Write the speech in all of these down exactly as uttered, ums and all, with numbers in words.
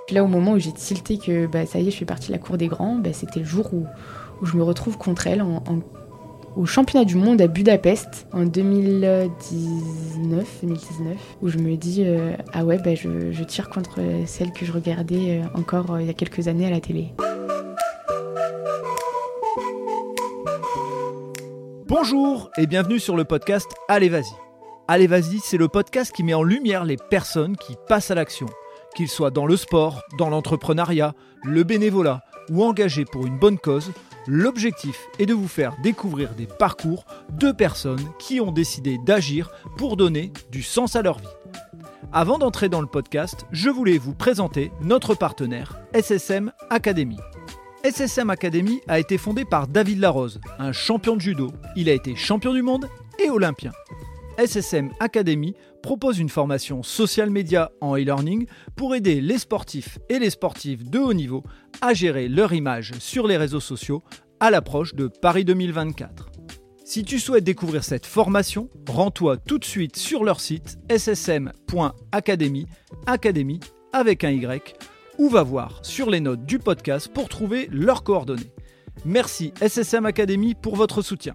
Là, au moment où j'ai tilté que bah, ça y est, je fais partie de la cour des grands, bah, c'était le jour où, où je me retrouve contre elle en, en, au championnat du monde à Budapest en deux mille dix-neuf, où je me dis euh, ah ouais, bah, je, je tire contre celle que je regardais euh, encore euh, il y a quelques années à la télé. Bonjour et bienvenue sur le podcast Allez Vas-y. Allez Vas-y, c'est le podcast qui met en lumière les personnes qui passent à l'action. Qu'ils soient dans le sport, dans l'entrepreneuriat, le bénévolat ou engagés pour une bonne cause, l'objectif est de vous faire découvrir des parcours de personnes qui ont décidé d'agir pour donner du sens à leur vie. Avant d'entrer dans le podcast, je voulais vous présenter notre partenaire S S M Academy. S S M Academy a été fondé par David Larose, un champion de judo. Il a été champion du monde et olympien. S S M Academy propose une formation social media en e-learning pour aider les sportifs et les sportives de haut niveau à gérer leur image sur les réseaux sociaux à l'approche de Paris deux mille vingt-quatre. Si tu souhaites découvrir cette formation, rends-toi tout de suite sur leur site s s m point academy, academy avec un Y, ou va voir sur les notes du podcast pour trouver leurs coordonnées. Merci S S M Academy pour votre soutien.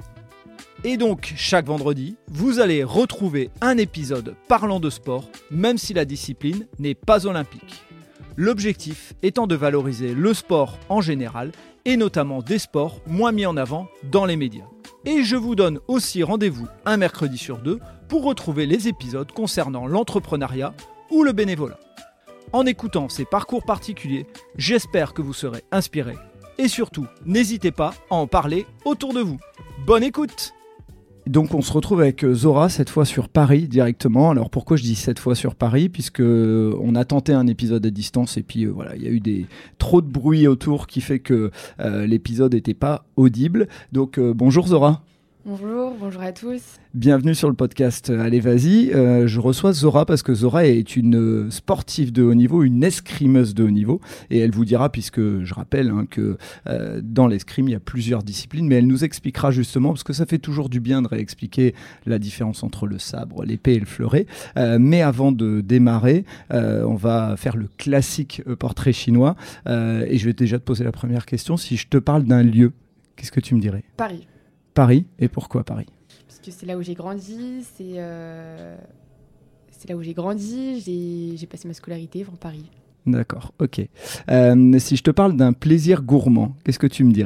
Et donc, chaque vendredi, vous allez retrouver un épisode parlant de sport, même si la discipline n'est pas olympique. L'objectif étant de valoriser le sport en général, et notamment des sports moins mis en avant dans les médias. Et je vous donne aussi rendez-vous un mercredi sur deux pour retrouver les épisodes concernant l'entrepreneuriat ou le bénévolat. En écoutant ces parcours particuliers, j'espère que vous serez inspirés. Et surtout, n'hésitez pas à en parler autour de vous. Bonne écoute! Donc on se retrouve avec Zora, cette fois sur Paris directement. Alors pourquoi je dis cette fois sur Paris ? Puisque on a tenté un épisode à distance et puis euh, voilà, il y a eu des, trop de bruit autour qui fait que euh, l'épisode n'était pas audible. Donc euh, bonjour Zora. Bonjour, bonjour à tous. Bienvenue sur le podcast Allez Vas-y. Euh, je reçois Zora parce que Zora est une sportive de haut niveau, une escrimeuse de haut niveau. Et elle vous dira, puisque je rappelle hein, que euh, dans l'escrime, il y a plusieurs disciplines, mais elle nous expliquera justement, parce que ça fait toujours du bien de réexpliquer la différence entre le sabre, l'épée et le fleuret. Euh, mais avant de démarrer, euh, on va faire le classique portrait chinois. Euh, et je vais déjà te poser la première question. Si je te parle d'un lieu, qu'est-ce que tu me dirais ? Paris. Paris, et pourquoi Paris ? Parce que c'est là où j'ai grandi, c'est, euh, c'est là où j'ai grandi, j'ai, j'ai passé ma scolarité en Paris. D'accord, ok. Euh, si je te parle d'un plaisir gourmand, qu'est-ce que tu me dirais ?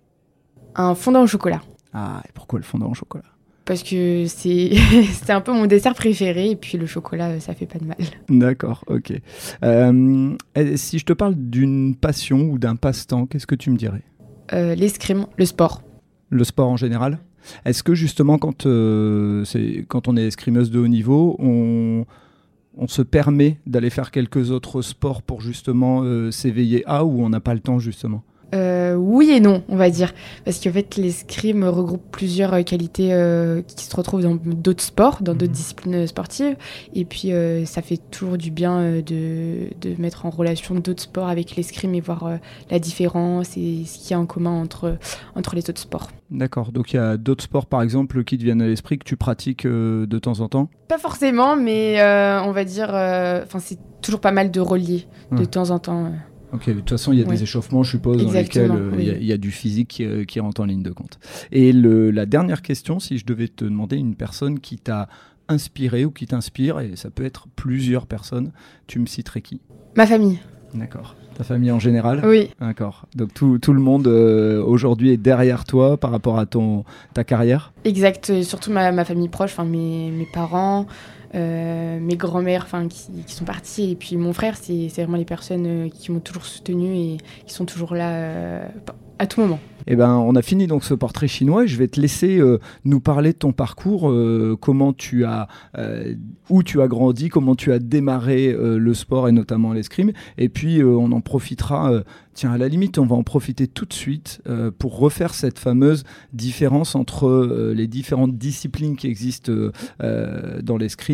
Un fondant au chocolat. Ah, et pourquoi le fondant au chocolat ? Parce que c'est, c'est un peu mon dessert préféré, et puis le chocolat, ça fait pas de mal. D'accord, ok. Euh, si je te parle d'une passion ou d'un passe-temps, qu'est-ce que tu me dirais ? euh, L'escrime, le sport. Le sport en général ? Est-ce que justement, quand, euh, c'est, quand on est escrimeuse de haut niveau, on, on se permet d'aller faire quelques autres sports pour justement euh, s'éveiller à, ou on n'a pas le temps justement ? Euh, oui et non, on va dire. Parce qu'en fait, l'escrime regroupe plusieurs euh, qualités euh, qui se retrouvent dans d'autres sports, dans d'autres mmh. disciplines sportives. Et puis, euh, ça fait toujours du bien euh, de, de mettre en relation d'autres sports avec l'escrime et voir euh, la différence et ce qu'il y a en commun entre, entre les autres sports. D'accord. Donc, il y a d'autres sports, par exemple, qui te viennent à l'esprit, que tu pratiques euh, de temps en temps ? Pas forcément, mais euh, on va dire... euh, c'est toujours pas mal de relier de mmh. temps en temps. Euh. Ok, de toute façon, il y a oui. des échauffements, je suppose, Exactement, dans lesquels il euh, oui. y, y a du physique qui, euh, qui rentre en ligne de compte. Et le, la dernière question, si je devais te demander une personne qui t'a inspiré ou qui t'inspire, et ça peut être plusieurs personnes, tu me citerais qui ? Ma famille. D'accord. Ta famille en général ? Oui. D'accord. Donc tout, tout le monde euh, aujourd'hui est derrière toi par rapport à ton, ta carrière ? Exact, surtout ma, ma famille proche, mes, mes parents... Euh, mes grands-mères qui, qui sont parties et puis mon frère, c'est, c'est vraiment les personnes euh, qui m'ont toujours soutenue et qui sont toujours là euh, à tout moment. Eh ben, on a fini donc ce portrait chinois et je vais te laisser euh, nous parler de ton parcours, euh, comment tu as, euh, où tu as grandi, comment tu as démarré euh, le sport et notamment l'escrime. Et puis euh, on en profitera, euh, tiens à la limite on va en profiter tout de suite euh, pour refaire cette fameuse différence entre euh, les différentes disciplines qui existent euh, dans l'escrime.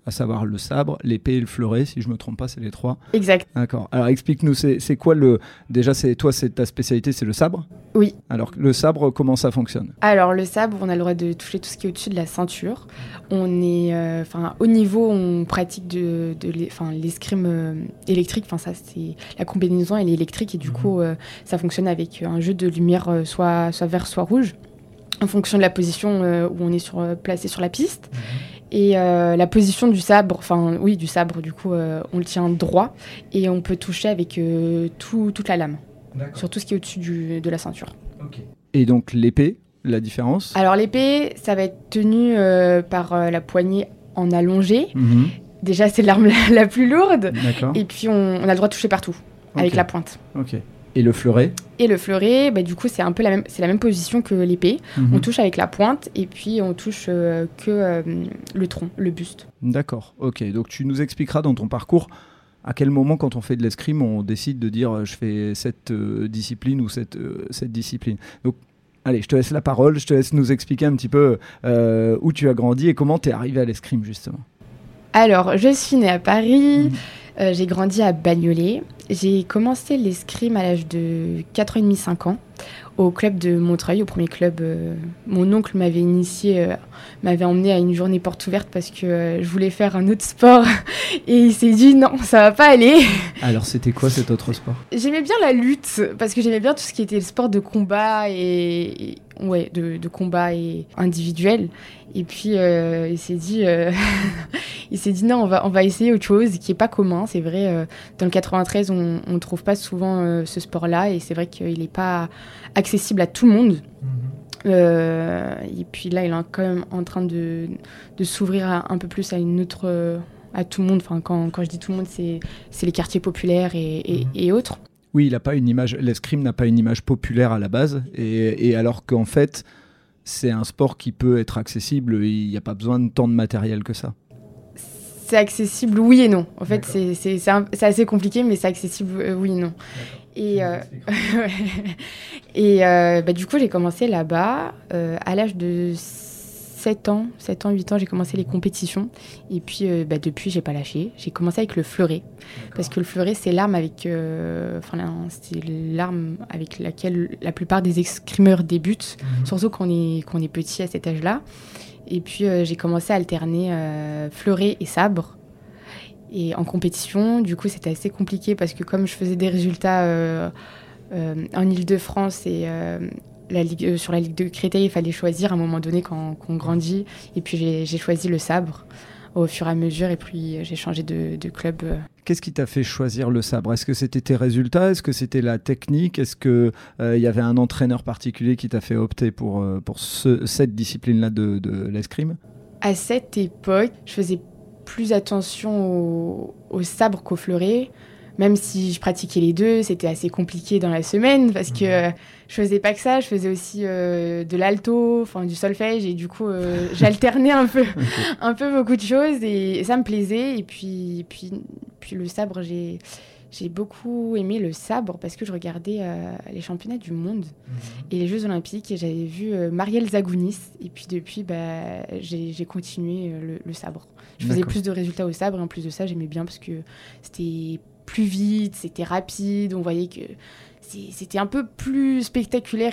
à savoir le sabre, l'épée et le fleuret, si je ne me trompe pas, c'est les trois. Exact. D'accord. Alors explique-nous, c'est, c'est quoi le... Déjà, c'est, toi, c'est, ta spécialité, c'est le sabre ? Oui. Alors le sabre, comment ça fonctionne ? Alors le sabre, on a le droit de toucher tout ce qui est au-dessus de la ceinture. On est, enfin, euh, au niveau, on pratique de, de l'es- l'escrime euh, électrique. Enfin, ça, c'est la combinaison, elle est électrique et du mmh. coup, euh, ça fonctionne avec un jeu de lumière, euh, soit, soit vert, soit rouge, en fonction de la position euh, où on est sur, euh, placé sur la piste. Mmh. Et euh, la position du sabre, enfin oui, du sabre, du coup, euh, on le tient droit et on peut toucher avec euh, tout, toute la lame, D'accord. sur tout ce qui est au-dessus du, de la ceinture. Okay. Et donc l'épée, la différence ? Alors l'épée, ça va être tenu euh, par euh, la poignée en allongé. Mmh. Déjà, c'est l'arme la, la plus lourde. D'accord. Et puis, on, on a le droit de toucher partout, okay. avec la pointe. Ok. Et le fleuret ? Et le fleuret, bah, du coup, c'est un peu la même, c'est la même position que l'épée. Mmh. On touche avec la pointe et puis on touche euh, que euh, le tronc, le buste. D'accord, ok. Donc tu nous expliqueras dans ton parcours à quel moment, quand on fait de l'escrime, on décide de dire euh, je fais cette euh, discipline ou cette, euh, cette discipline. Donc, allez, je te laisse la parole, je te laisse nous expliquer un petit peu euh, où tu as grandi et comment tu es arrivé à l'escrime, justement. Alors, je suis née à Paris. Mmh. Euh, j'ai grandi à Bagnolet. J'ai commencé l'escrime à l'âge de quatre ans et demi, cinq ans, au club de Montreuil, au premier club. Euh, mon oncle m'avait initié, euh, m'avait emmené à une journée porte ouverte parce que euh, je voulais faire un autre sport. Et il s'est dit non, ça va pas aller. Alors, c'était quoi cet autre sport ? J'aimais bien la lutte, parce que j'aimais bien tout ce qui était le sport de combat et... et ouais, de, de combat et individuel. Et puis, euh, il s'est dit... Euh... Il s'est dit non, on va, on va essayer autre chose qui n'est pas commun. C'est vrai, euh, dans le quatre-vingt-treize, on ne trouve pas souvent euh, ce sport-là. Et c'est vrai qu'il n'est pas accessible à tout le monde. Mmh. Euh, et puis là, il est quand même en train de, de s'ouvrir à, un peu plus à une autre... Euh, à tout le monde. Enfin, quand, quand je dis tout le monde, c'est, c'est les quartiers populaires et, et, mmh. et autres. Oui, il a pas une image, l'escrime n'a pas une image populaire à la base. Et, et alors qu'en fait, c'est un sport qui peut être accessible. Il n'y a pas besoin de tant de matériel que ça. C'est accessible, oui et non. En fait, c'est, c'est, c'est, un, c'est assez compliqué, mais c'est accessible, euh, oui et non. D'accord. Et, euh, et euh, bah, du coup, j'ai commencé là-bas euh, à l'âge de sept ans, sept ans, huit ans, j'ai commencé les compétitions. Et puis, euh, bah, depuis, j'ai pas lâché. J'ai commencé avec le fleuret. D'accord. Parce que le fleuret, c'est l'arme avec, euh, enfin, c'est l'arme avec laquelle la plupart des escrimeurs débutent, mmh. surtout quand on est, quand on est petit à cet âge-là. Et puis, euh, j'ai commencé à alterner euh, fleuret et sabre. Et en compétition, du coup, c'était assez compliqué parce que comme je faisais des résultats euh, euh, en Île-de-France et euh, la Ligue, euh, sur la Ligue de Créteil, il fallait choisir à un moment donné quand, quand on grandit. Et puis, j'ai, j'ai choisi le sabre au fur et à mesure. Et puis, j'ai changé de, de club. Qu'est-ce qui t'a fait choisir le sabre ? Est-ce que c'était tes résultats ? Est-ce que c'était la technique ? Est-ce qu'il euh, y avait un entraîneur particulier qui t'a fait opter pour, euh, pour ce, cette discipline-là de, de l'escrime ? À cette époque, je faisais plus attention au, au sabre qu'au fleuret. Même si je pratiquais les deux, c'était assez compliqué dans la semaine parce que euh, je faisais pas que ça, je faisais aussi euh, de l'alto, enfin du solfège et du coup euh, j'alternais un peu, okay. un peu beaucoup de choses et, et ça me plaisait. Et puis, puis, puis le sabre, j'ai, j'ai beaucoup aimé le sabre parce que je regardais euh, les championnats du monde mmh. et les Jeux Olympiques et j'avais vu euh, Marielle Zagounis et puis depuis bah, j'ai, j'ai continué euh, le, le sabre. Je faisais D'accord. plus de résultats au sabre et en plus de ça j'aimais bien parce que c'était plus vite, c'était rapide, on voyait que c'est, c'était un peu plus spectaculaire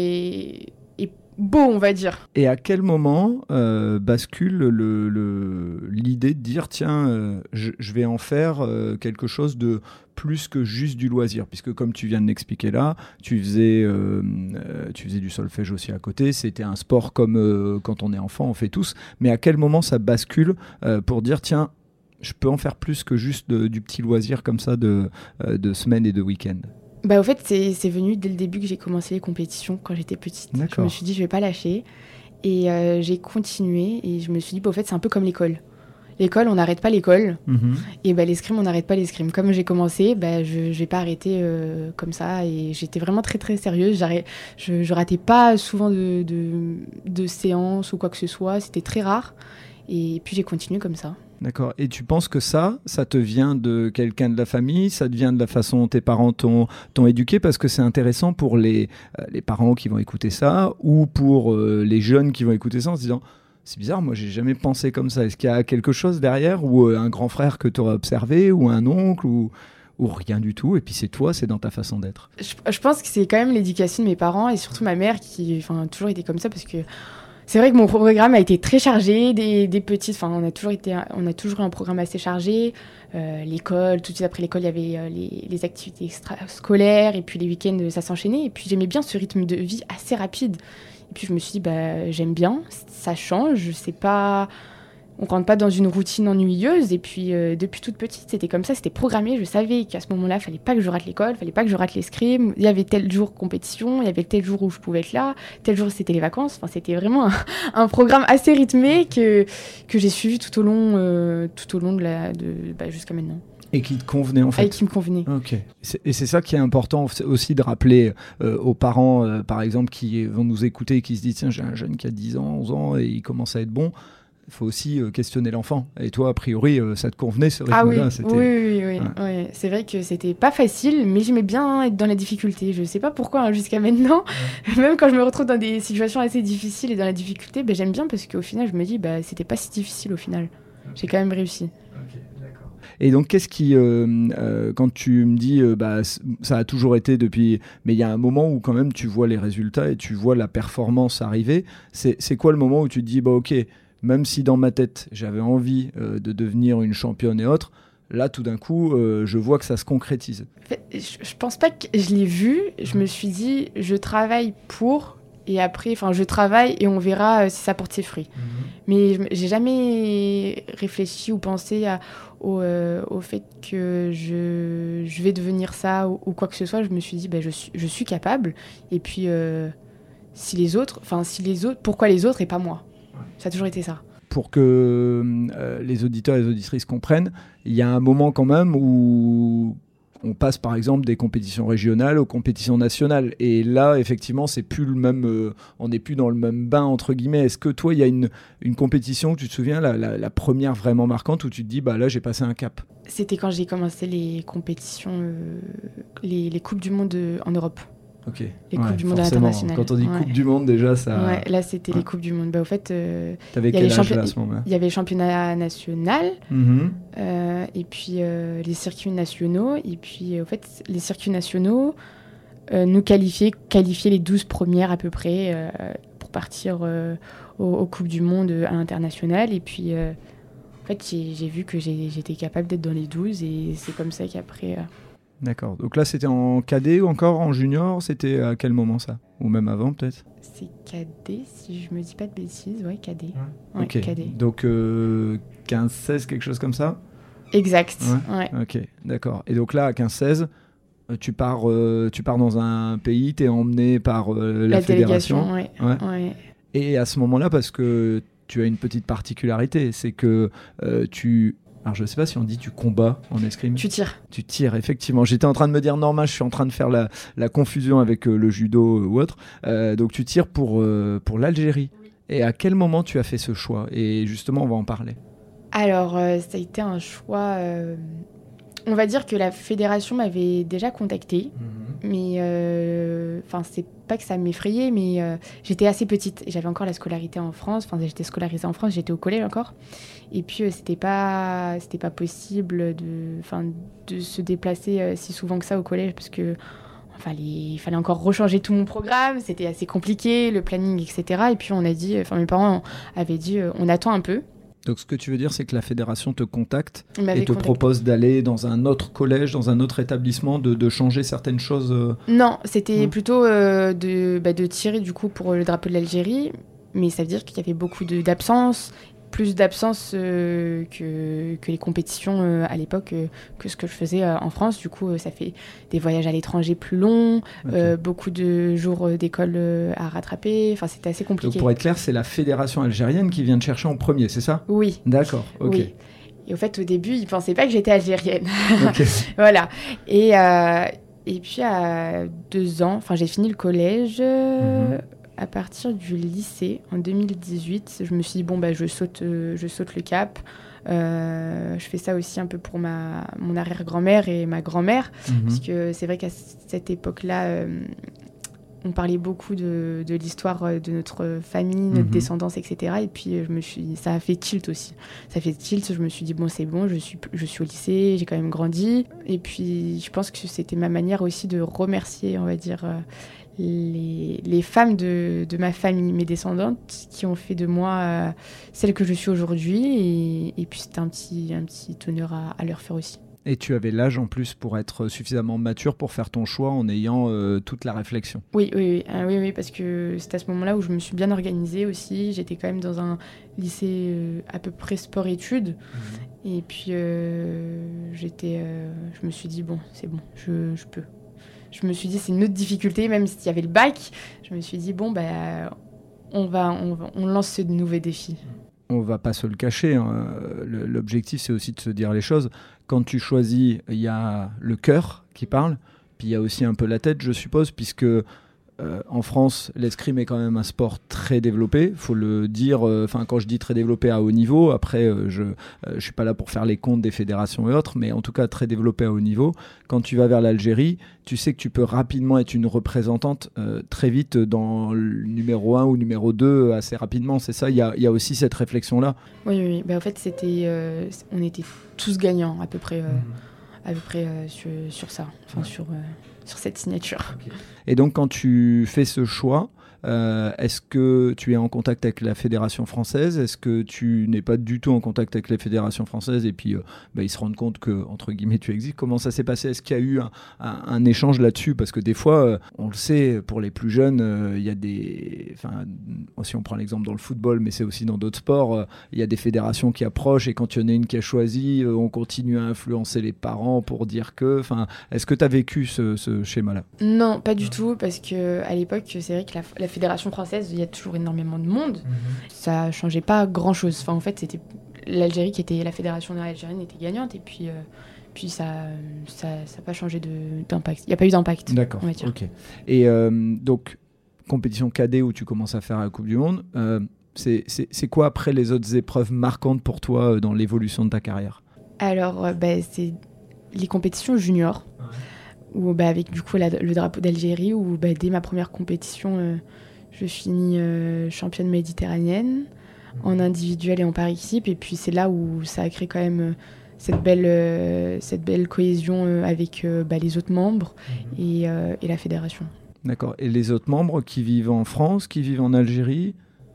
et, et beau, on va dire. Et à quel moment euh, bascule le, le, l'idée de dire tiens, euh, je, je vais en faire euh, quelque chose de plus que juste du loisir, puisque comme tu viens de l'expliquer là, tu faisais, euh, euh, tu faisais du solfège aussi à côté, c'était un sport comme euh, quand on est enfant, on fait tous, mais à quel moment ça bascule euh, pour dire tiens, je peux en faire plus que juste de, du petit loisir comme ça de, euh, de semaine et de week-end ? Bah, au fait, c'est, c'est venu dès le début que j'ai commencé les compétitions quand j'étais petite. D'accord. Je me suis dit, je vais pas lâcher. Et euh, j'ai continué et je me suis dit, bah, au fait, c'est un peu comme l'école. L'école, on n'arrête pas l'école. Mmh. Et bah, l'escrime, on n'arrête pas l'escrime. Comme j'ai commencé, bah, je ne vais pas arrêter euh, comme ça. Et j'étais vraiment très, très sérieuse. Je ne ratais pas souvent de, de, de séances ou quoi que ce soit. C'était très rare. Et puis, j'ai continué comme ça. D'accord. Et tu penses que ça, ça te vient de quelqu'un de la famille, ça te vient de la façon dont tes parents t'ont, t'ont éduqué, parce que c'est intéressant pour les, euh, les parents qui vont écouter ça ou pour euh, les jeunes qui vont écouter ça en se disant C'est bizarre, moi j'ai jamais pensé comme ça. Est-ce qu'il y a quelque chose derrière, ou euh, un grand frère que tu aurais observé, ou un oncle, ou, ou rien du tout, et puis c'est toi, c'est dans ta façon d'être? Je, je pense que c'est quand même l'éducation de mes parents et surtout ma mère qui a toujours été comme ça, parce que c'est vrai que mon programme a été très chargé, des, des petites, enfin on a toujours été, on a toujours eu un programme assez chargé, euh, l'école, tout de suite après l'école il y avait euh, les, les activités extrascolaires et puis les week-ends ça s'enchaînait, et puis j'aimais bien ce rythme de vie assez rapide. Et puis je me suis dit, bah, j'aime bien, ça change, c'est pas... on rentre pas dans une routine ennuyeuse. Et puis euh, depuis toute petite, c'était comme ça, c'était programmé. Je savais qu'à ce moment-là, il fallait pas que je rate l'école, il fallait pas que je rate l'escrime. Il y avait tel jour compétition, il y avait tel jour où je pouvais être là, tel jour c'était les vacances. Enfin, c'était vraiment un, un programme assez rythmé que, que j'ai suivi tout au long, euh, tout au long de la, de, bah, jusqu'à maintenant. Et qui te convenait en fait. Et qui me convenait. Ok. C'est, et c'est ça qui est important aussi de rappeler euh, aux parents, euh, par exemple, qui vont nous écouter et qui se disent tiens, j'ai un jeune qui a dix ans, onze ans et il commence à être bon. Il faut aussi euh, questionner l'enfant. Et toi, a priori, euh, ça te convenait ce rythme-là? Ah oui, c'était... oui, oui, oui, ouais. oui. C'est vrai que c'était pas facile, mais j'aimais bien être dans la difficulté. Je sais pas pourquoi hein, jusqu'à maintenant. Ouais. Même quand je me retrouve dans des situations assez difficiles et dans la difficulté, ben, j'aime bien parce qu'au final, je me dis bah, c'était pas si difficile au final. Okay. J'ai quand même réussi. Okay. Et donc, qu'est-ce qui, euh, euh, quand tu me dis, euh, bah, ça a toujours été depuis, mais il y a un moment où quand même tu vois les résultats et tu vois la performance arriver, c'est, c'est quoi le moment où tu te dis, bah ok, même si dans ma tête j'avais envie euh, de devenir une championne et autres, là tout d'un coup, euh, je vois que ça se concrétise? En fait, je, je pense pas que je l'ai vu, je me suis dit, je travaille pour... Et après, enfin, je travaille et on verra euh, si ça porte ses fruits. Mmh. Mais je, j'ai jamais réfléchi ou pensé à, au, euh, au fait que je, je vais devenir ça ou, ou quoi que ce soit. Je me suis dit, bah, je, suis, je suis capable. Et puis, euh, si les autres, enfin, si les autres, pourquoi les autres et pas moi? Ouais. Ça a toujours été ça. Pour que euh, les auditeurs et les auditrices comprennent, il y a un moment quand même où on passe par exemple des compétitions régionales aux compétitions nationales. Et là, effectivement, c'est plus le même, euh, on n'est plus dans le même bain, entre guillemets. Est-ce que toi, il y a une, une compétition où tu te souviens, la, la, la première vraiment marquante, où tu te dis, bah là, j'ai passé un cap? C'était quand j'ai commencé les compétitions, euh, les, les Coupes du Monde en Europe. Ok. Les ouais, Coupes du Monde internationales. Quand on dit ouais. Coupe du Monde, déjà, ça... Ouais, là, c'était ouais. les Coupes du Monde. Bah, au fait, euh, t'avais quel âge là, à ce moment-là? Il y avait le championnat national, mm-hmm. euh, et puis euh, les circuits nationaux. Et puis, euh, au fait, les circuits nationaux euh, nous qualifiaient, qualifiaient les douze premières à peu près euh, pour partir euh, aux, aux Coupes du Monde à l'international. Et puis, euh, en fait, j'ai, j'ai vu que j'ai, j'étais capable d'être dans les douze, et c'est comme ça qu'après... Euh, D'accord. Donc là, c'était en cadet ou encore en junior? C'était à quel moment ça? Ou même avant, peut-être? C'est cadet, si je me dis pas de bêtises. Ouais, cadet. Ouais. Ouais, ok. Cadet. Donc euh, quinze seize, quelque chose comme ça? Exact. Ouais. Ouais. Ok, d'accord. Et donc là, à quinze seize, tu pars, euh, tu pars dans un pays, tu es emmené par euh, la, la fédération. Ouais. Ouais. Ouais. Et à ce moment-là, parce que tu as une petite particularité, c'est que euh, tu... Alors, je ne sais pas si on dit tu combats en escrime. Tu tires. Tu tires, effectivement. J'étais en train de me dire, normal, je suis en train de faire la, la confusion avec euh, le judo euh, ou autre. Euh, donc, tu tires pour, euh, pour l'Algérie. Oui. Et à quel moment tu as fait ce choix? Et justement, on va en parler. Alors, euh, ça a été un choix... Euh... On va dire que la fédération m'avait déjà contactée. Mmh. Mais... Euh... Enfin, c'est pas que ça m'effrayait, mais euh, j'étais assez petite. Et j'avais encore la scolarité en France. Enfin, j'étais scolarisée en France, j'étais au collège encore. Et puis, euh, c'était pas, c'était pas possible de, enfin, de se déplacer euh, si souvent que ça au collège, parce que enfin, les, il fallait encore rechanger tout mon programme, c'était assez compliqué, le planning, et cetera. Et puis, on a dit, enfin, mes parents avaient dit, euh, on attend un peu. Donc, ce que tu veux dire, c'est que la fédération te contacte et te contacté. propose d'aller dans un autre collège, dans un autre établissement, de, de changer certaines choses euh... Non, c'était mmh. plutôt euh, de, bah, de tirer, du coup, pour le drapeau de l'Algérie. Mais ça veut dire qu'il y avait beaucoup de, d'absences, plus d'absence euh, que, que les compétitions euh, à l'époque, euh, que ce que je faisais euh, en France. Du coup, euh, ça fait des voyages à l'étranger plus longs, okay. euh, beaucoup de jours d'école euh, à rattraper. Enfin, c'était assez compliqué. Donc, pour être clair, c'est la fédération algérienne qui vient te chercher en premier, c'est ça? Oui. D'accord, ok. Oui. Et au fait, au début, ils ne pensaient pas que j'étais algérienne. Okay. Voilà. Et, euh, et puis, à deux ans, enfin, j'ai fini le collège... Mm-hmm. À partir du lycée, en deux mille dix-huit, je me suis dit, bon, bah, je, saute, euh, je saute le cap. Euh, je fais ça aussi un peu pour ma, mon arrière-grand-mère et ma grand-mère. Mmh. Parce que c'est vrai qu'à cette époque-là, euh, on parlait beaucoup de, de l'histoire de notre famille, notre mmh. descendance, et cetera. Et puis, je me suis, ça a fait tilt aussi. Ça a fait tilt, je me suis dit, bon, c'est bon, je suis, je suis au lycée, j'ai quand même grandi. Et puis, je pense que c'était ma manière aussi de remercier, on va dire, les, les femmes de, de ma famille, mes descendantes, qui ont fait de moi euh, celle que je suis aujourd'hui. Et, et puis, c'était un petit, un petit honneur à, à leur faire aussi. Et tu avais l'âge en plus pour être suffisamment mature pour faire ton choix en ayant euh, toute la réflexion. Oui, oui, oui. Ah, oui, oui, parce que c'est à ce moment-là où je me suis bien organisée aussi. J'étais quand même dans un lycée euh, à peu près sport-études. Mmh. Et puis, euh, j'étais, euh, je me suis dit, bon, c'est bon, je, je peux. Je me suis dit, c'est une autre difficulté, même s'il y avait le bac. Je me suis dit, bon, bah, on, va, on, va, on lance ce nouveau défi. On ne va pas se le cacher, hein. L'objectif, c'est aussi de se dire les choses. Quand tu choisis, il y a le cœur qui parle, puis il y a aussi un peu la tête, je suppose, puisque euh, en France, l'escrime est quand même un sport très développé. Il faut le dire, enfin, euh, quand je dis très développé à haut niveau, après, euh, je ne euh, suis pas là pour faire les comptes des fédérations et autres, mais en tout cas très développé à haut niveau. Quand tu vas vers l'Algérie, tu sais que tu peux rapidement être une représentante euh, très vite dans le numéro un ou numéro deux assez rapidement. C'est ça, il y a, y a aussi cette réflexion-là. Oui, oui, oui. Ben, en fait, c'était, euh, on était tous gagnants à peu près, euh, mmh. à peu près euh, sur, sur ça, enfin, ouais. sur, euh, sur cette signature. Okay. Et donc, quand tu fais ce choix, Euh, est-ce que tu es en contact avec la Fédération française ? Est-ce que tu n'es pas du tout en contact avec la Fédération française et puis euh, bah, ils se rendent compte que, entre guillemets, tu existes ? Comment ça s'est passé ? Est-ce qu'il y a eu un, un, un échange là-dessus ? Parce que des fois, euh, on le sait, pour les plus jeunes, il euh, y a des... Enfin, si on prend l'exemple dans le football, mais c'est aussi dans d'autres sports, il euh, y a des fédérations qui approchent et quand il y en a une qui a choisi, euh, on continue à influencer les parents pour dire que... Enfin, est-ce que tu as vécu ce, ce schéma-là ? Non, pas du tout, parce qu'à l'époque, c'est vrai que la, la Fédération française, il y a toujours énormément de monde. Mmh. Ça changeait pas grand-chose. Enfin, en fait, c'était l'Algérie qui était... La fédération algérienne était gagnante et puis... Euh, puis ça ça ça n'a pas changé de, d'impact. Il n'y a pas eu d'impact. D'accord, on va dire. Ok. Et euh, donc, compétition cadet où tu commences à faire la Coupe du Monde, euh, c'est, c'est, c'est quoi après les autres épreuves marquantes pour toi euh, dans l'évolution de ta carrière ? Alors, euh, bah, c'est les compétitions juniors, ouais. où, bah, avec du coup la, le drapeau d'Algérie, où bah, dès ma première compétition, euh, je finis euh, championne méditerranéenne, mmh. en individuel et en par équipe. Et puis c'est là où ça a créé quand même... Euh, cette belle, euh, cette belle cohésion euh, avec euh, bah, les autres membres mmh. et, euh, et la fédération. D'accord. Et les autres membres qui vivent en France, qui vivent en Algérie ?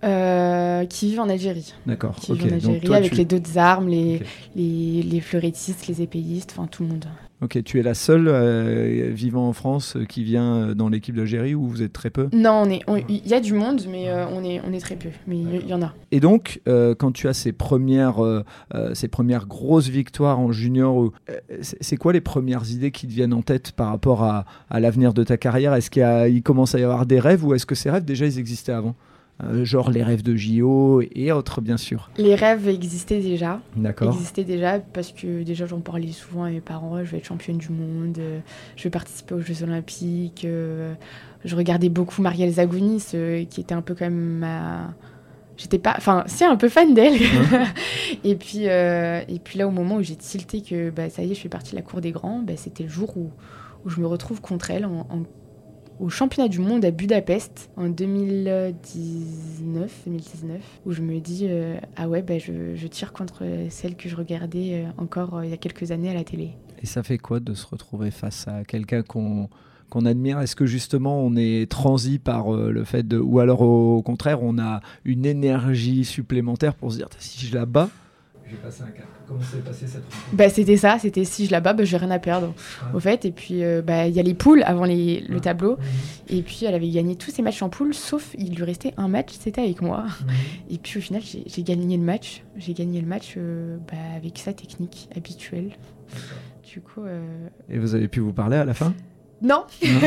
euh, Qui vivent en Algérie. D'accord. Qui okay. vivent en Algérie toi, avec tu... les d'autres armes, les, okay. les, les fleurettistes, les épéistes, enfin tout le monde. Ok, tu es la seule euh, vivant en France euh, qui vient dans l'équipe d'Algérie ou vous êtes très peu ? Non, il on y a du monde, mais euh, on, est, on est très peu, mais il y en a. Et donc, euh, quand tu as ces premières, euh, euh, ces premières grosses victoires en junior, euh, c'est, c'est quoi les premières idées qui te viennent en tête par rapport à, à l'avenir de ta carrière ? Est-ce qu'il y a, il commence à y avoir des rêves ou est-ce que ces rêves, déjà, ils existaient avant ? Euh, genre les rêves de J O et autres, bien sûr. Les rêves existaient déjà. D'accord. Existaient déjà parce que déjà j'en parlais souvent à mes parents. Je vais être championne du monde, euh, je vais participer aux Jeux Olympiques. Euh, je regardais beaucoup Marielle Zaghounis, euh, qui était un peu quand même ma... J'étais pas... Enfin, c'est un peu fan d'elle. Mmh. et, puis, euh, et puis là, au moment où j'ai tilté que bah, ça y est, je fais partie de la cour des grands, bah, c'était le jour où, où je me retrouve contre elle en... en au championnat du monde à Budapest en deux mille dix-neuf, où je me dis euh, ah ouais bah, je, je tire contre celle que je regardais euh, encore euh, il y a quelques années à la télé. Et ça fait quoi de se retrouver face à quelqu'un qu'on, qu'on admire ? Est-ce que justement on est transi par euh, le fait de, ou alors au contraire on a une énergie supplémentaire pour se dire si je la bats, je vais passer un cap. Comment s'est passé cette rencontre ? Bah, c'était ça, c'était si je la bats, bah, j'ai rien à perdre. Ah. Au fait, et puis il euh, bah, y a les poules avant les, le ah. tableau. Mmh. Et puis elle avait gagné tous ses matchs en poule, sauf il lui restait un match, c'était avec moi. Mmh. Et puis au final, j'ai, j'ai gagné le match. J'ai gagné le match euh, bah, avec sa technique habituelle. D'accord. Du coup. Euh... Et vous avez pu vous parler à la fin ? Non,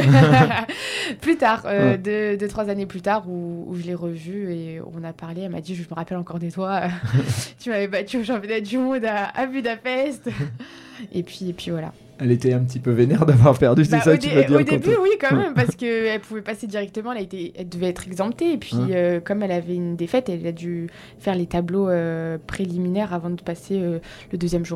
plus tard, euh, ouais. deux, deux, trois années plus tard, où, où je l'ai revue et on a parlé. Elle m'a dit, je me rappelle encore de toi, tu m'avais battu au championnat du monde à, à Budapest. et, puis, et puis voilà. Elle était un petit peu vénère d'avoir perdu, bah, c'est ça que dé- tu vas dire ? Au début, quand... oui, quand même, parce qu'elle pouvait passer directement, elle, a été, elle devait être exemptée. Et puis, ouais. euh, comme elle avait une défaite, elle a dû faire les tableaux euh, préliminaires avant de passer euh, le deuxième jour.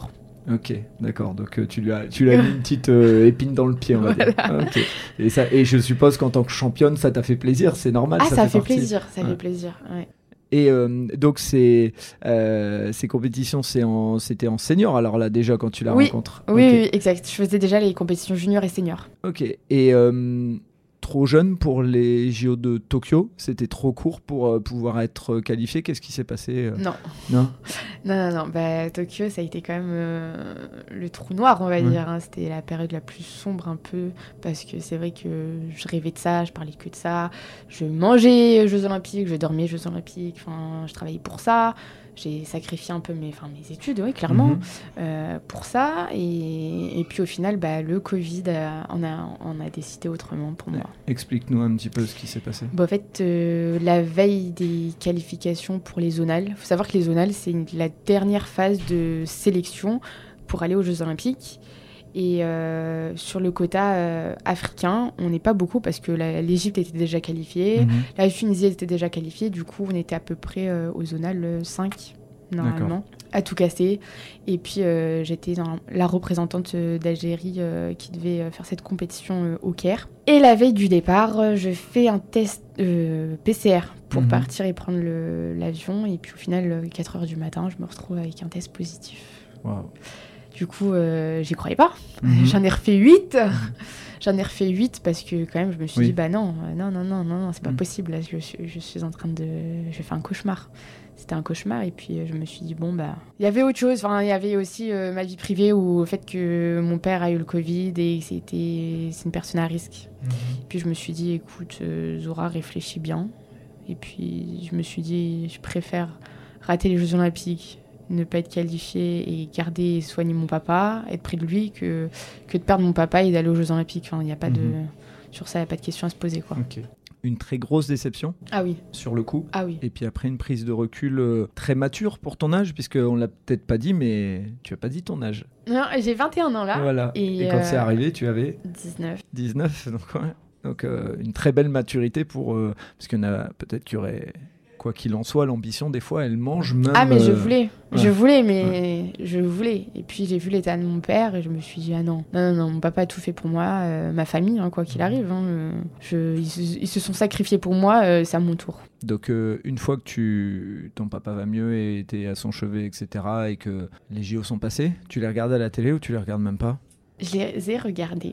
Ok, d'accord. Donc euh, tu lui as, tu lui as mis une petite euh, épine dans le pied, on va Voilà. dire. Okay. Et, ça, et je suppose qu'en tant que championne, ça t'a fait plaisir, c'est normal. Ah, ça, ça fait, fait partie. plaisir, ça Ouais. fait plaisir, ouais. Et euh, donc, c'est, euh, ces compétitions, c'est en, c'était en senior, alors là, déjà, quand tu la Oui. rencontres. Oui, okay. oui, exact. Je faisais déjà les compétitions juniors et seniors. Ok. Et euh, trop jeune pour les J O de Tokyo, c'était trop court pour euh, pouvoir être qualifié. Qu'est-ce qui s'est passé euh... Non. Non. Non, non, non. Bah, Tokyo, ça a été quand même euh, le trou noir, on va Ouais. dire. Hein. C'était la période la plus sombre un peu, parce que c'est vrai que je rêvais de ça, je parlais que de ça. Je mangeais Jeux Olympiques, je dormais Jeux Olympiques, enfin, je travaillais pour ça. J'ai sacrifié un peu mes, enfin, mes études, oui, clairement, Mm-hmm. euh, pour ça. Et, et puis au final, bah, le Covid a, on, a, on a décidé autrement pour moi. Explique-nous un petit peu ce qui s'est passé. Bon, en fait, euh, la veille des qualifications pour les zonales, il faut savoir que les zonales, c'est une, la dernière phase de sélection pour aller aux Jeux Olympiques. Et euh, sur le quota euh, africain, on n'est pas beaucoup parce que la, l'Égypte était déjà qualifiée, Mm-hmm. la Tunisie était déjà qualifiée, du coup on était à peu près euh, aux zonales cinq normalement, D'accord. à tout casser. Et puis euh, j'étais dans la représentante d'Algérie euh, qui devait euh, faire cette compétition euh, au Caire. Et la veille du départ, euh, je fais un test euh, P C R pour Mm-hmm. partir et prendre le, l'avion. Et puis au final, euh, quatre heures du matin, je me retrouve avec un test positif. Wow. Du coup, euh, j'y croyais pas. Mm-hmm. J'en ai refait huit. J'en ai refait huit parce que quand même, je me suis Oui. dit, bah non, euh, non, non, non, non, non c'est pas Mm. possible. Là, je, suis- je suis en train de... Je fais un cauchemar. C'était un cauchemar. Et puis, euh, je me suis dit, bon, bah... Il y avait autre chose. Enfin, il y avait aussi euh, ma vie privée ou le fait que mon père a eu le Covid et que c'était... c'est une personne à risque. Mm-hmm. Puis, je me suis dit, écoute, euh, Zora, réfléchis bien. Et puis, je me suis dit, je préfère rater les Jeux Olympiques, ne pas être qualifiée et garder et soigner mon papa, être près de lui, que, que de perdre mon papa et d'aller aux Jeux Olympiques. Enfin, il y a pas de... Mhm. Sur ça, il n'y a pas de question à se poser, quoi. Ok. Une très grosse déception Ah oui, sur le coup. ah oui. Et puis après, une prise de recul euh, très mature pour ton âge, puisqu'on ne l'a peut-être pas dit, mais tu n'as pas dit ton âge. Non, j'ai vingt et un ans là. Voilà. Et, Et, quand euh, c'est arrivé, tu avais dix-neuf. dix-neuf. Donc, ouais. donc euh, une très belle maturité pour... Euh, parce qu'il y en a peut-être qui auraient... Quoi qu'il en soit, l'ambition, des fois, elle mange même... Ah, mais je euh, voulais. ouais. Je voulais, mais je voulais. Et puis, j'ai vu l'état de mon père et je me suis dit, ah non, non, non, non, mon papa a tout fait pour moi, euh, ma famille, hein, quoi qu'il arrive. Hein, euh, je, ils, se, ils se sont sacrifiés pour moi, euh, c'est à mon tour. Donc, euh, une fois que tu, ton papa va mieux et t'es à son chevet, et cetera, et que les J O sont passés, tu les regardes à la télé ou tu les regardes même pas? Je les ai regardés.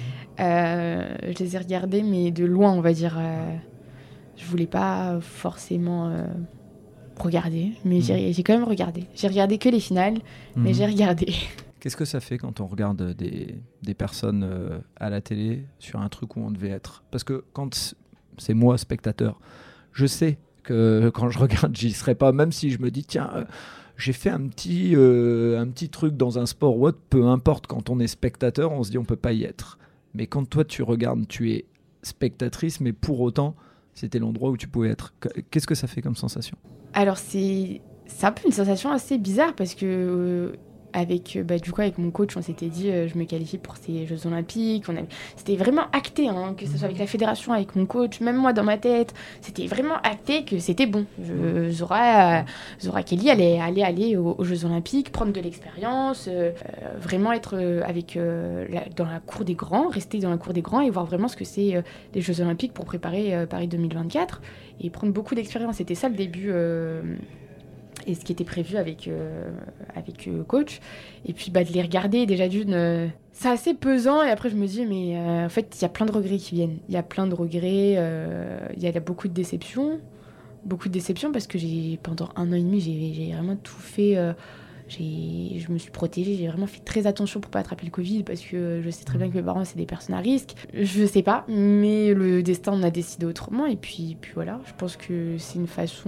Euh, je les ai regardés, mais de loin, on va dire. Euh, je voulais pas forcément euh, regarder, mais Mhm. j'ai, j'ai quand même regardé. J'ai regardé que les finales, mais Mhm. j'ai regardé. Qu'est-ce que ça fait quand on regarde des, des personnes euh, à la télé sur un truc où on devait être? Parce que quand c'est moi, spectateur, je sais que quand je regarde, j'y serai pas, même si je me dis, tiens, euh, j'ai fait un petit, euh, un petit truc dans un sport ou autre, peu importe, quand on est spectateur, on se dit on peut pas y être. Mais quand toi tu regardes, tu es spectatrice, mais pour autant, c'était l'endroit où tu pouvais être. Qu'est-ce que ça fait comme sensation? Alors, c'est, c'est un peu une sensation assez bizarre parce que, euh, avec, bah, du coup, avec mon coach, on s'était dit, euh, je me qualifie pour ces Jeux Olympiques. On avait... C'était vraiment acté, hein, que ce soit avec la fédération, avec mon coach, même moi dans ma tête. C'était vraiment acté que c'était bon. Je, Zora, euh, Zora Kelly allait aller, aller aux, aux Jeux Olympiques, prendre de l'expérience, euh, euh, vraiment être euh, avec, euh, la, dans la cour des grands, rester dans la cour des grands et voir vraiment ce que c'est euh, les Jeux Olympiques pour préparer euh, Paris deux mille vingt-quatre et prendre beaucoup d'expérience. C'était ça le début. Euh, et ce qui était prévu avec, euh, avec euh, coach. Et puis bah, de les regarder, déjà d'une, euh, c'est assez pesant. Et après, je me dis, mais euh, en fait, il y a plein de regrets qui viennent. Il y a plein de regrets, euh, il y a beaucoup de déceptions. Beaucoup de déceptions parce que j'ai, pendant un an et demi, j'ai, j'ai vraiment tout fait. Euh, j'ai, je me suis protégée, j'ai vraiment fait très attention pour pas attraper le Covid parce que je sais très bien que mes parents, c'est des personnes à risque. Je sais pas, mais le destin, on a décidé autrement. Et puis, puis voilà, je pense que c'est une façon...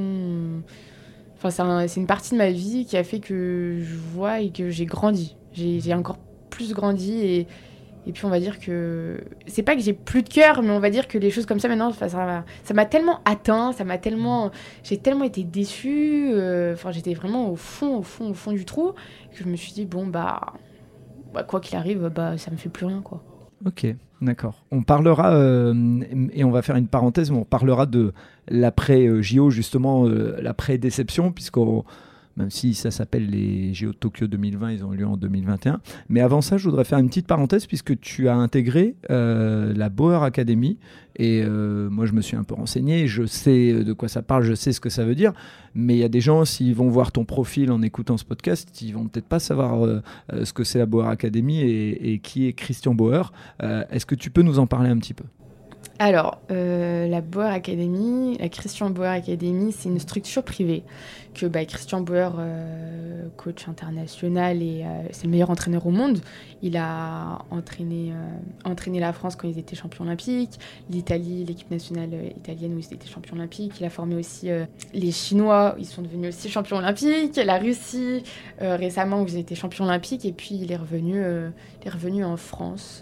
Enfin, c'est, un, c'est une partie de ma vie qui a fait que je vois et que j'ai grandi. J'ai, j'ai encore plus grandi et, et puis on va dire que... C'est pas que j'ai plus de cœur, mais on va dire que les choses comme ça maintenant, ça, ça, ça m'a tellement atteint, ça m'a tellement... J'ai tellement été déçue, euh, enfin j'étais vraiment au fond, au fond, au fond du trou, que je me suis dit, bon bah, bah quoi qu'il arrive, bah ça me fait plus rien quoi. Ok, d'accord. On parlera, euh, et on va faire une parenthèse, mais on parlera de l'après-J O, justement, euh, l'après-déception, puisqu'on même si ça s'appelle les J O de Tokyo deux mille vingt, ils ont eu lieu en deux mille vingt et un. Mais avant ça, je voudrais faire une petite parenthèse puisque tu as intégré euh, la Bauer Academy. Et euh, moi, je me suis un peu renseigné, je sais de quoi ça parle, je sais ce que ça veut dire. Mais il y a des gens, s'ils vont voir ton profil en écoutant ce podcast, ils vont peut-être pas savoir euh, ce que c'est la Bauer Academy et, et qui est Christian Bauer. Euh, est-ce que tu peux nous en parler un petit peu ? Alors, euh, la Bauer Academy, la Christian Bauer Academy, c'est une structure privée que bah, Christian Bauer, euh, coach international et euh, c'est le meilleur entraîneur au monde. Il a entraîné, euh, entraîné la France quand ils étaient champions olympiques, l'Italie, l'équipe nationale italienne où ils étaient champions olympiques. Il a formé aussi euh, les Chinois, ils sont devenus aussi champions olympiques, la Russie euh, récemment où ils étaient champions olympiques et puis il est revenu, euh, il est revenu en France.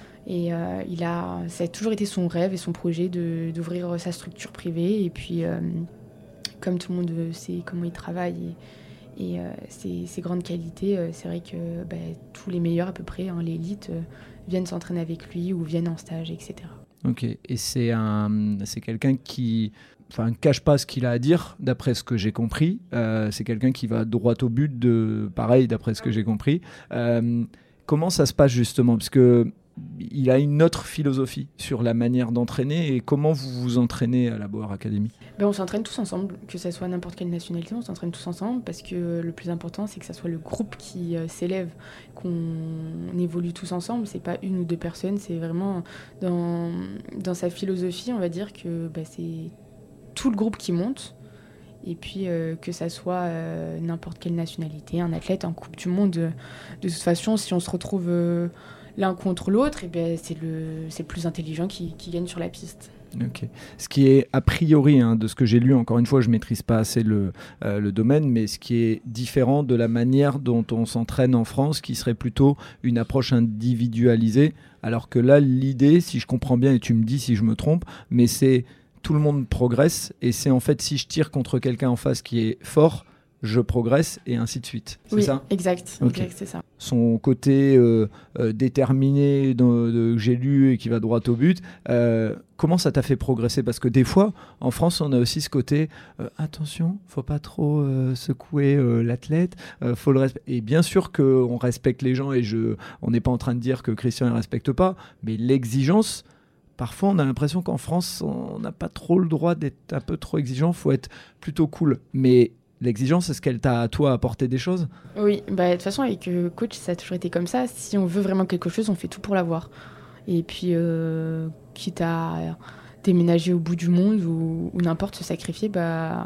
Et euh, il a, ça a toujours été son rêve et son projet de, d'ouvrir sa structure privée. Et puis, euh, comme tout le monde sait comment il travaille et, et euh, ses, ses grandes qualités, euh, c'est vrai que bah, tous les meilleurs à peu près, hein, l'élite, euh, viennent s'entraîner avec lui ou viennent en stage, et cetera. Ok, et c'est, un, c'est quelqu'un qui enfin, ne cache pas ce qu'il a à dire, d'après ce que j'ai compris. Euh, c'est quelqu'un qui va droit au but, de, pareil, d'après ce que j'ai compris. Euh, comment ça se passe justement ? Parce que il a une autre philosophie sur la manière d'entraîner et comment vous vous entraînez à la Bauer Academy ? Ben, on s'entraîne tous ensemble, que ce soit n'importe quelle nationalité, on s'entraîne tous ensemble parce que le plus important c'est que ça soit le groupe qui euh, s'élève, qu'on évolue tous ensemble, c'est pas une ou deux personnes, c'est vraiment dans, dans sa philosophie, on va dire que ben, c'est tout le groupe qui monte. Et puis euh, que ça soit euh, n'importe quelle nationalité, un athlète en Coupe du Monde, de, de toute façon si on se retrouve euh, l'un contre l'autre, et ben c'est, le, c'est le plus intelligent qui, qui gagne sur la piste. Ok. Ce qui est a priori, hein, de ce que j'ai lu, encore une fois, je ne maîtrise pas assez le, euh, le domaine, mais ce qui est différent de la manière dont on s'entraîne en France, qui serait plutôt une approche individualisée, alors que là, l'idée, si je comprends bien, et tu me dis si je me trompe, mais c'est tout le monde progresse, et c'est en fait si je tire contre quelqu'un en face qui est fort, je progresse et ainsi de suite. C'est oui, ça ? exact, Okay. exact, c'est ça. Son côté euh, euh, déterminé de, de, que j'ai lu et qui va droit au but, euh, comment ça t'a fait progresser ? Parce que des fois, en France, on a aussi ce côté euh, attention, faut pas trop euh, secouer euh, l'athlète, euh, faut le respect. Et bien sûr qu'on respecte les gens et je, on n'est pas en train de dire que Christian ne respecte pas, mais l'exigence. Parfois, on a l'impression qu'en France, on n'a pas trop le droit d'être un peu trop exigeant. Il faut être plutôt cool. Mais l'exigence, est-ce qu'elle t'a, toi, apporté des choses ? Oui, bah, de toute façon, avec euh, coach, ça a toujours été comme ça. Si on veut vraiment quelque chose, on fait tout pour l'avoir. Et puis, euh, quitte à déménager au bout du monde ou, ou n'importe, se sacrifier, bah,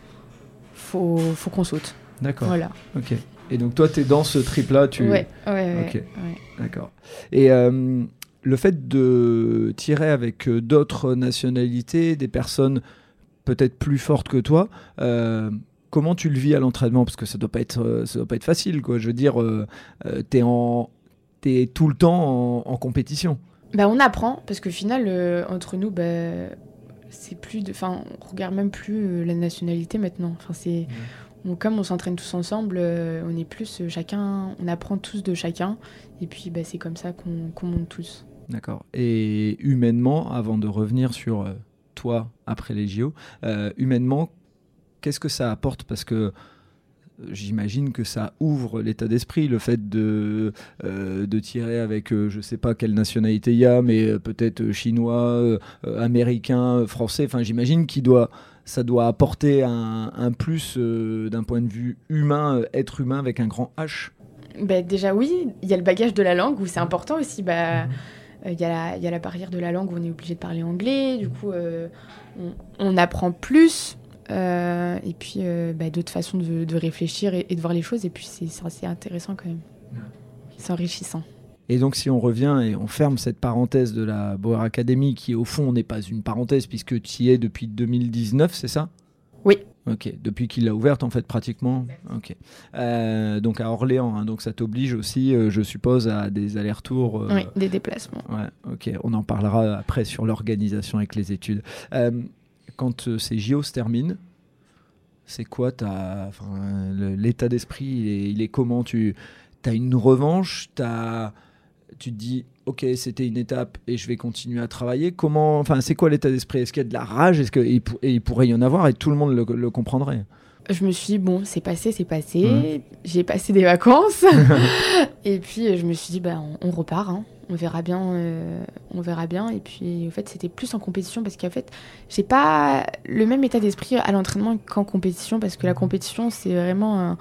faut, faut qu'on saute. D'accord. Voilà. Ok. Et donc, toi, tu es dans ce trip-là tu... Ouais, ouais, ouais. Ok. Ouais. D'accord. Et... Euh, le fait de tirer avec d'autres nationalités, des personnes peut-être plus fortes que toi, euh, comment tu le vis à l'entraînement ? Parce que ça doit pas être, ça doit pas être facile, quoi. Je veux dire, euh, t'es en, t'es tout le temps en, en compétition. Bah, on apprend parce qu'au final, euh, entre nous, bah, c'est plus de, enfin, on regarde même plus euh, la nationalité maintenant. Enfin, c'est, mmh. on, comme on s'entraîne tous ensemble, euh, on est plus euh, chacun, on apprend tous de chacun, et puis bah, c'est comme ça qu'on, qu'on monte tous. D'accord. Et humainement, avant de revenir sur euh, toi après les J O, euh, humainement, qu'est-ce que ça apporte ? Parce que j'imagine que ça ouvre l'état d'esprit, le fait de, euh, de tirer avec, euh, je ne sais pas quelle nationalité il y a, mais euh, peut-être chinois, euh, américain, français. Enfin, j'imagine qu'il doit, ça doit apporter un, un plus euh, d'un point de vue humain, euh, être humain avec un grand H. Bah, déjà oui, il y a le bagage de la langue où c'est important aussi. Bah, il euh, y, y a la barrière de la langue où on est obligé de parler anglais. Du coup, euh, on, on apprend plus. Euh, et puis euh, bah, d'autres façons de, de réfléchir et, et de voir les choses, et puis c'est, c'est assez intéressant quand même, ouais. C'est enrichissant. Et donc si on revient et on ferme cette parenthèse de la Bauer Academy qui au fond n'est pas une parenthèse puisque tu y es depuis deux mille dix-neuf, c'est ça ? Oui. Ok, depuis qu'il l'a ouverte en fait pratiquement. Ok. Euh, donc à Orléans, hein, donc ça t'oblige aussi, euh, je suppose, à des allers-retours. Euh... Oui, des déplacements. Ouais, ok. On en parlera après sur l'organisation avec les études. Euh, Quand euh, ces J O se terminent, c'est quoi ta, enfin, le, l'état d'esprit, il est, il est comment ? Tu as une revanche, t'as, tu te dis, ok, c'était une étape et je vais continuer à travailler. Comment, enfin, c'est quoi l'état d'esprit ? Est-ce qu'il y a de la rage ? Est-ce que, et, et il pourrait y en avoir et tout le monde le, le comprendrait ? Je me suis dit, bon, c'est passé, c'est passé. Mmh. J'ai passé des vacances. Et puis, je me suis dit, bah, on, on repart. Hein. On verra bien. Euh, on verra bien. Et puis, en fait, c'était plus en compétition parce qu'en fait, j'ai pas le même état d'esprit à l'entraînement qu'en compétition parce que la compétition, c'est vraiment un,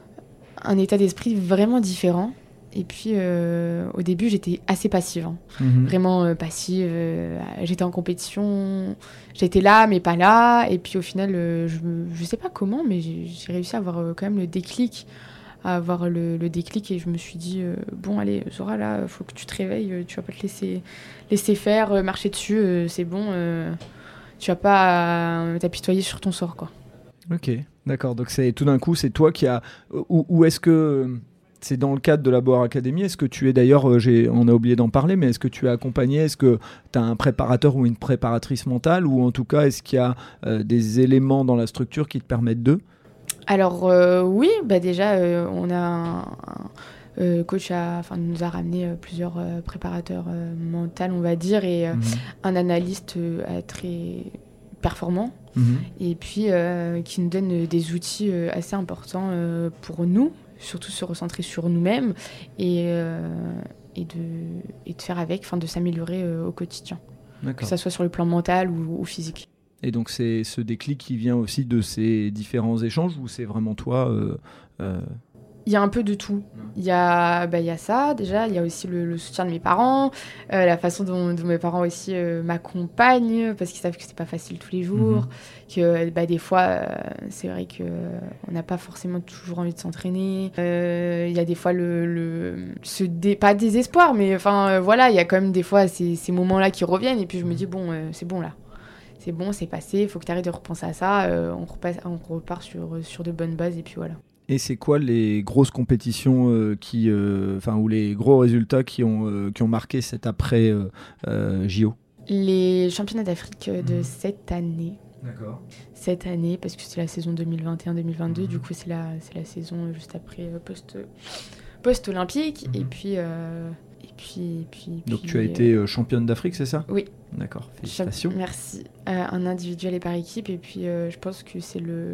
un état d'esprit vraiment différent. Et puis, euh, au début, j'étais assez passive. Hein. Mmh. Vraiment euh, passive. Euh, j'étais en compétition. J'étais là, mais pas là. Et puis, au final, euh, je, je sais pas comment, mais j'ai, j'ai réussi à avoir euh, quand même le déclic. À avoir le, le déclic. Et je me suis dit, euh, bon, allez, Zora, là, faut que tu te réveilles. Tu vas pas te laisser, laisser faire, euh, marcher dessus. Euh, c'est bon. Euh, tu vas pas euh, t'apitoyer sur ton sort, quoi. Ok, d'accord. Donc, c'est, tout d'un coup, c'est toi qui as... Ou, ou est-ce que... C'est dans le cadre de la Boar Academy. Est-ce que tu es d'ailleurs, euh, j'ai, on a oublié d'en parler, mais est-ce que tu es accompagné? Est-ce que tu as un préparateur ou une préparatrice mentale? Ou en tout cas, est-ce qu'il y a euh, des éléments dans la structure qui te permettent de? Alors euh, oui, bah déjà, euh, on a un, un euh, coach a, enfin, nous a ramené euh, plusieurs euh, préparateurs euh, mentaux, on va dire, et euh, mmh. un analyste euh, très performant. Mmh. Et puis euh, qui nous donne des outils euh, assez importants euh, pour nous, surtout se recentrer sur nous-mêmes et, euh, et, de, et de faire avec, enfin de s'améliorer euh, au quotidien. D'accord. Que ça soit sur le plan mental ou, ou physique. Et donc c'est ce déclic qui vient aussi de ces différents échanges ou c'est vraiment toi euh, euh... Il y a un peu de tout. Il y a, bah, il y a ça, déjà. Il y a aussi le, le soutien de mes parents, euh, la façon dont, dont mes parents aussi euh, m'accompagnent, parce qu'ils savent que c'est pas facile tous les jours, mmh. que bah, des fois, euh, c'est vrai qu'on euh, n'a pas forcément toujours envie de s'entraîner. Euh, il y a des fois le... le ce dé, pas désespoir, mais enfin, euh, voilà, il y a quand même des fois ces, ces moments-là qui reviennent, et puis je me dis, bon, euh, c'est bon là. C'est bon, c'est passé, il faut que tu arrêtes de repenser à ça, euh, on, repasse, on repart sur, sur de bonnes bases, et puis voilà. Et c'est quoi les grosses compétitions euh, qui, euh, ou les gros résultats qui ont, euh, qui ont marqué cet après euh, euh, J O? Les championnats d'Afrique de mmh. cette année. D'accord. Cette année, parce que c'est la saison deux mille vingt et un deux mille vingt-deux, mmh. du coup c'est la, c'est la saison juste après euh, post, post-olympique. Mmh. Et puis... Euh, et puis, et puis, Donc puis, tu as euh... été euh, championne d'Afrique, c'est ça? Oui. D'accord, félicitations. Merci. Euh, un individuel et par équipe, et puis euh, je pense que c'est le...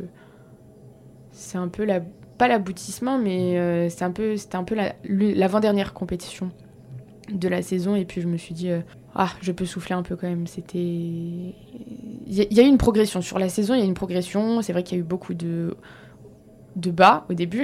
C'est un peu la... Pas l'aboutissement, mais euh, c'est un peu, c'était un peu la, l'avant-dernière compétition de la saison. Et puis je me suis dit, euh, ah, je peux souffler un peu quand même. C'était... Il y, y a eu une progression. Sur la saison, il y a eu une progression. C'est vrai qu'il y a eu beaucoup de, de bas au début.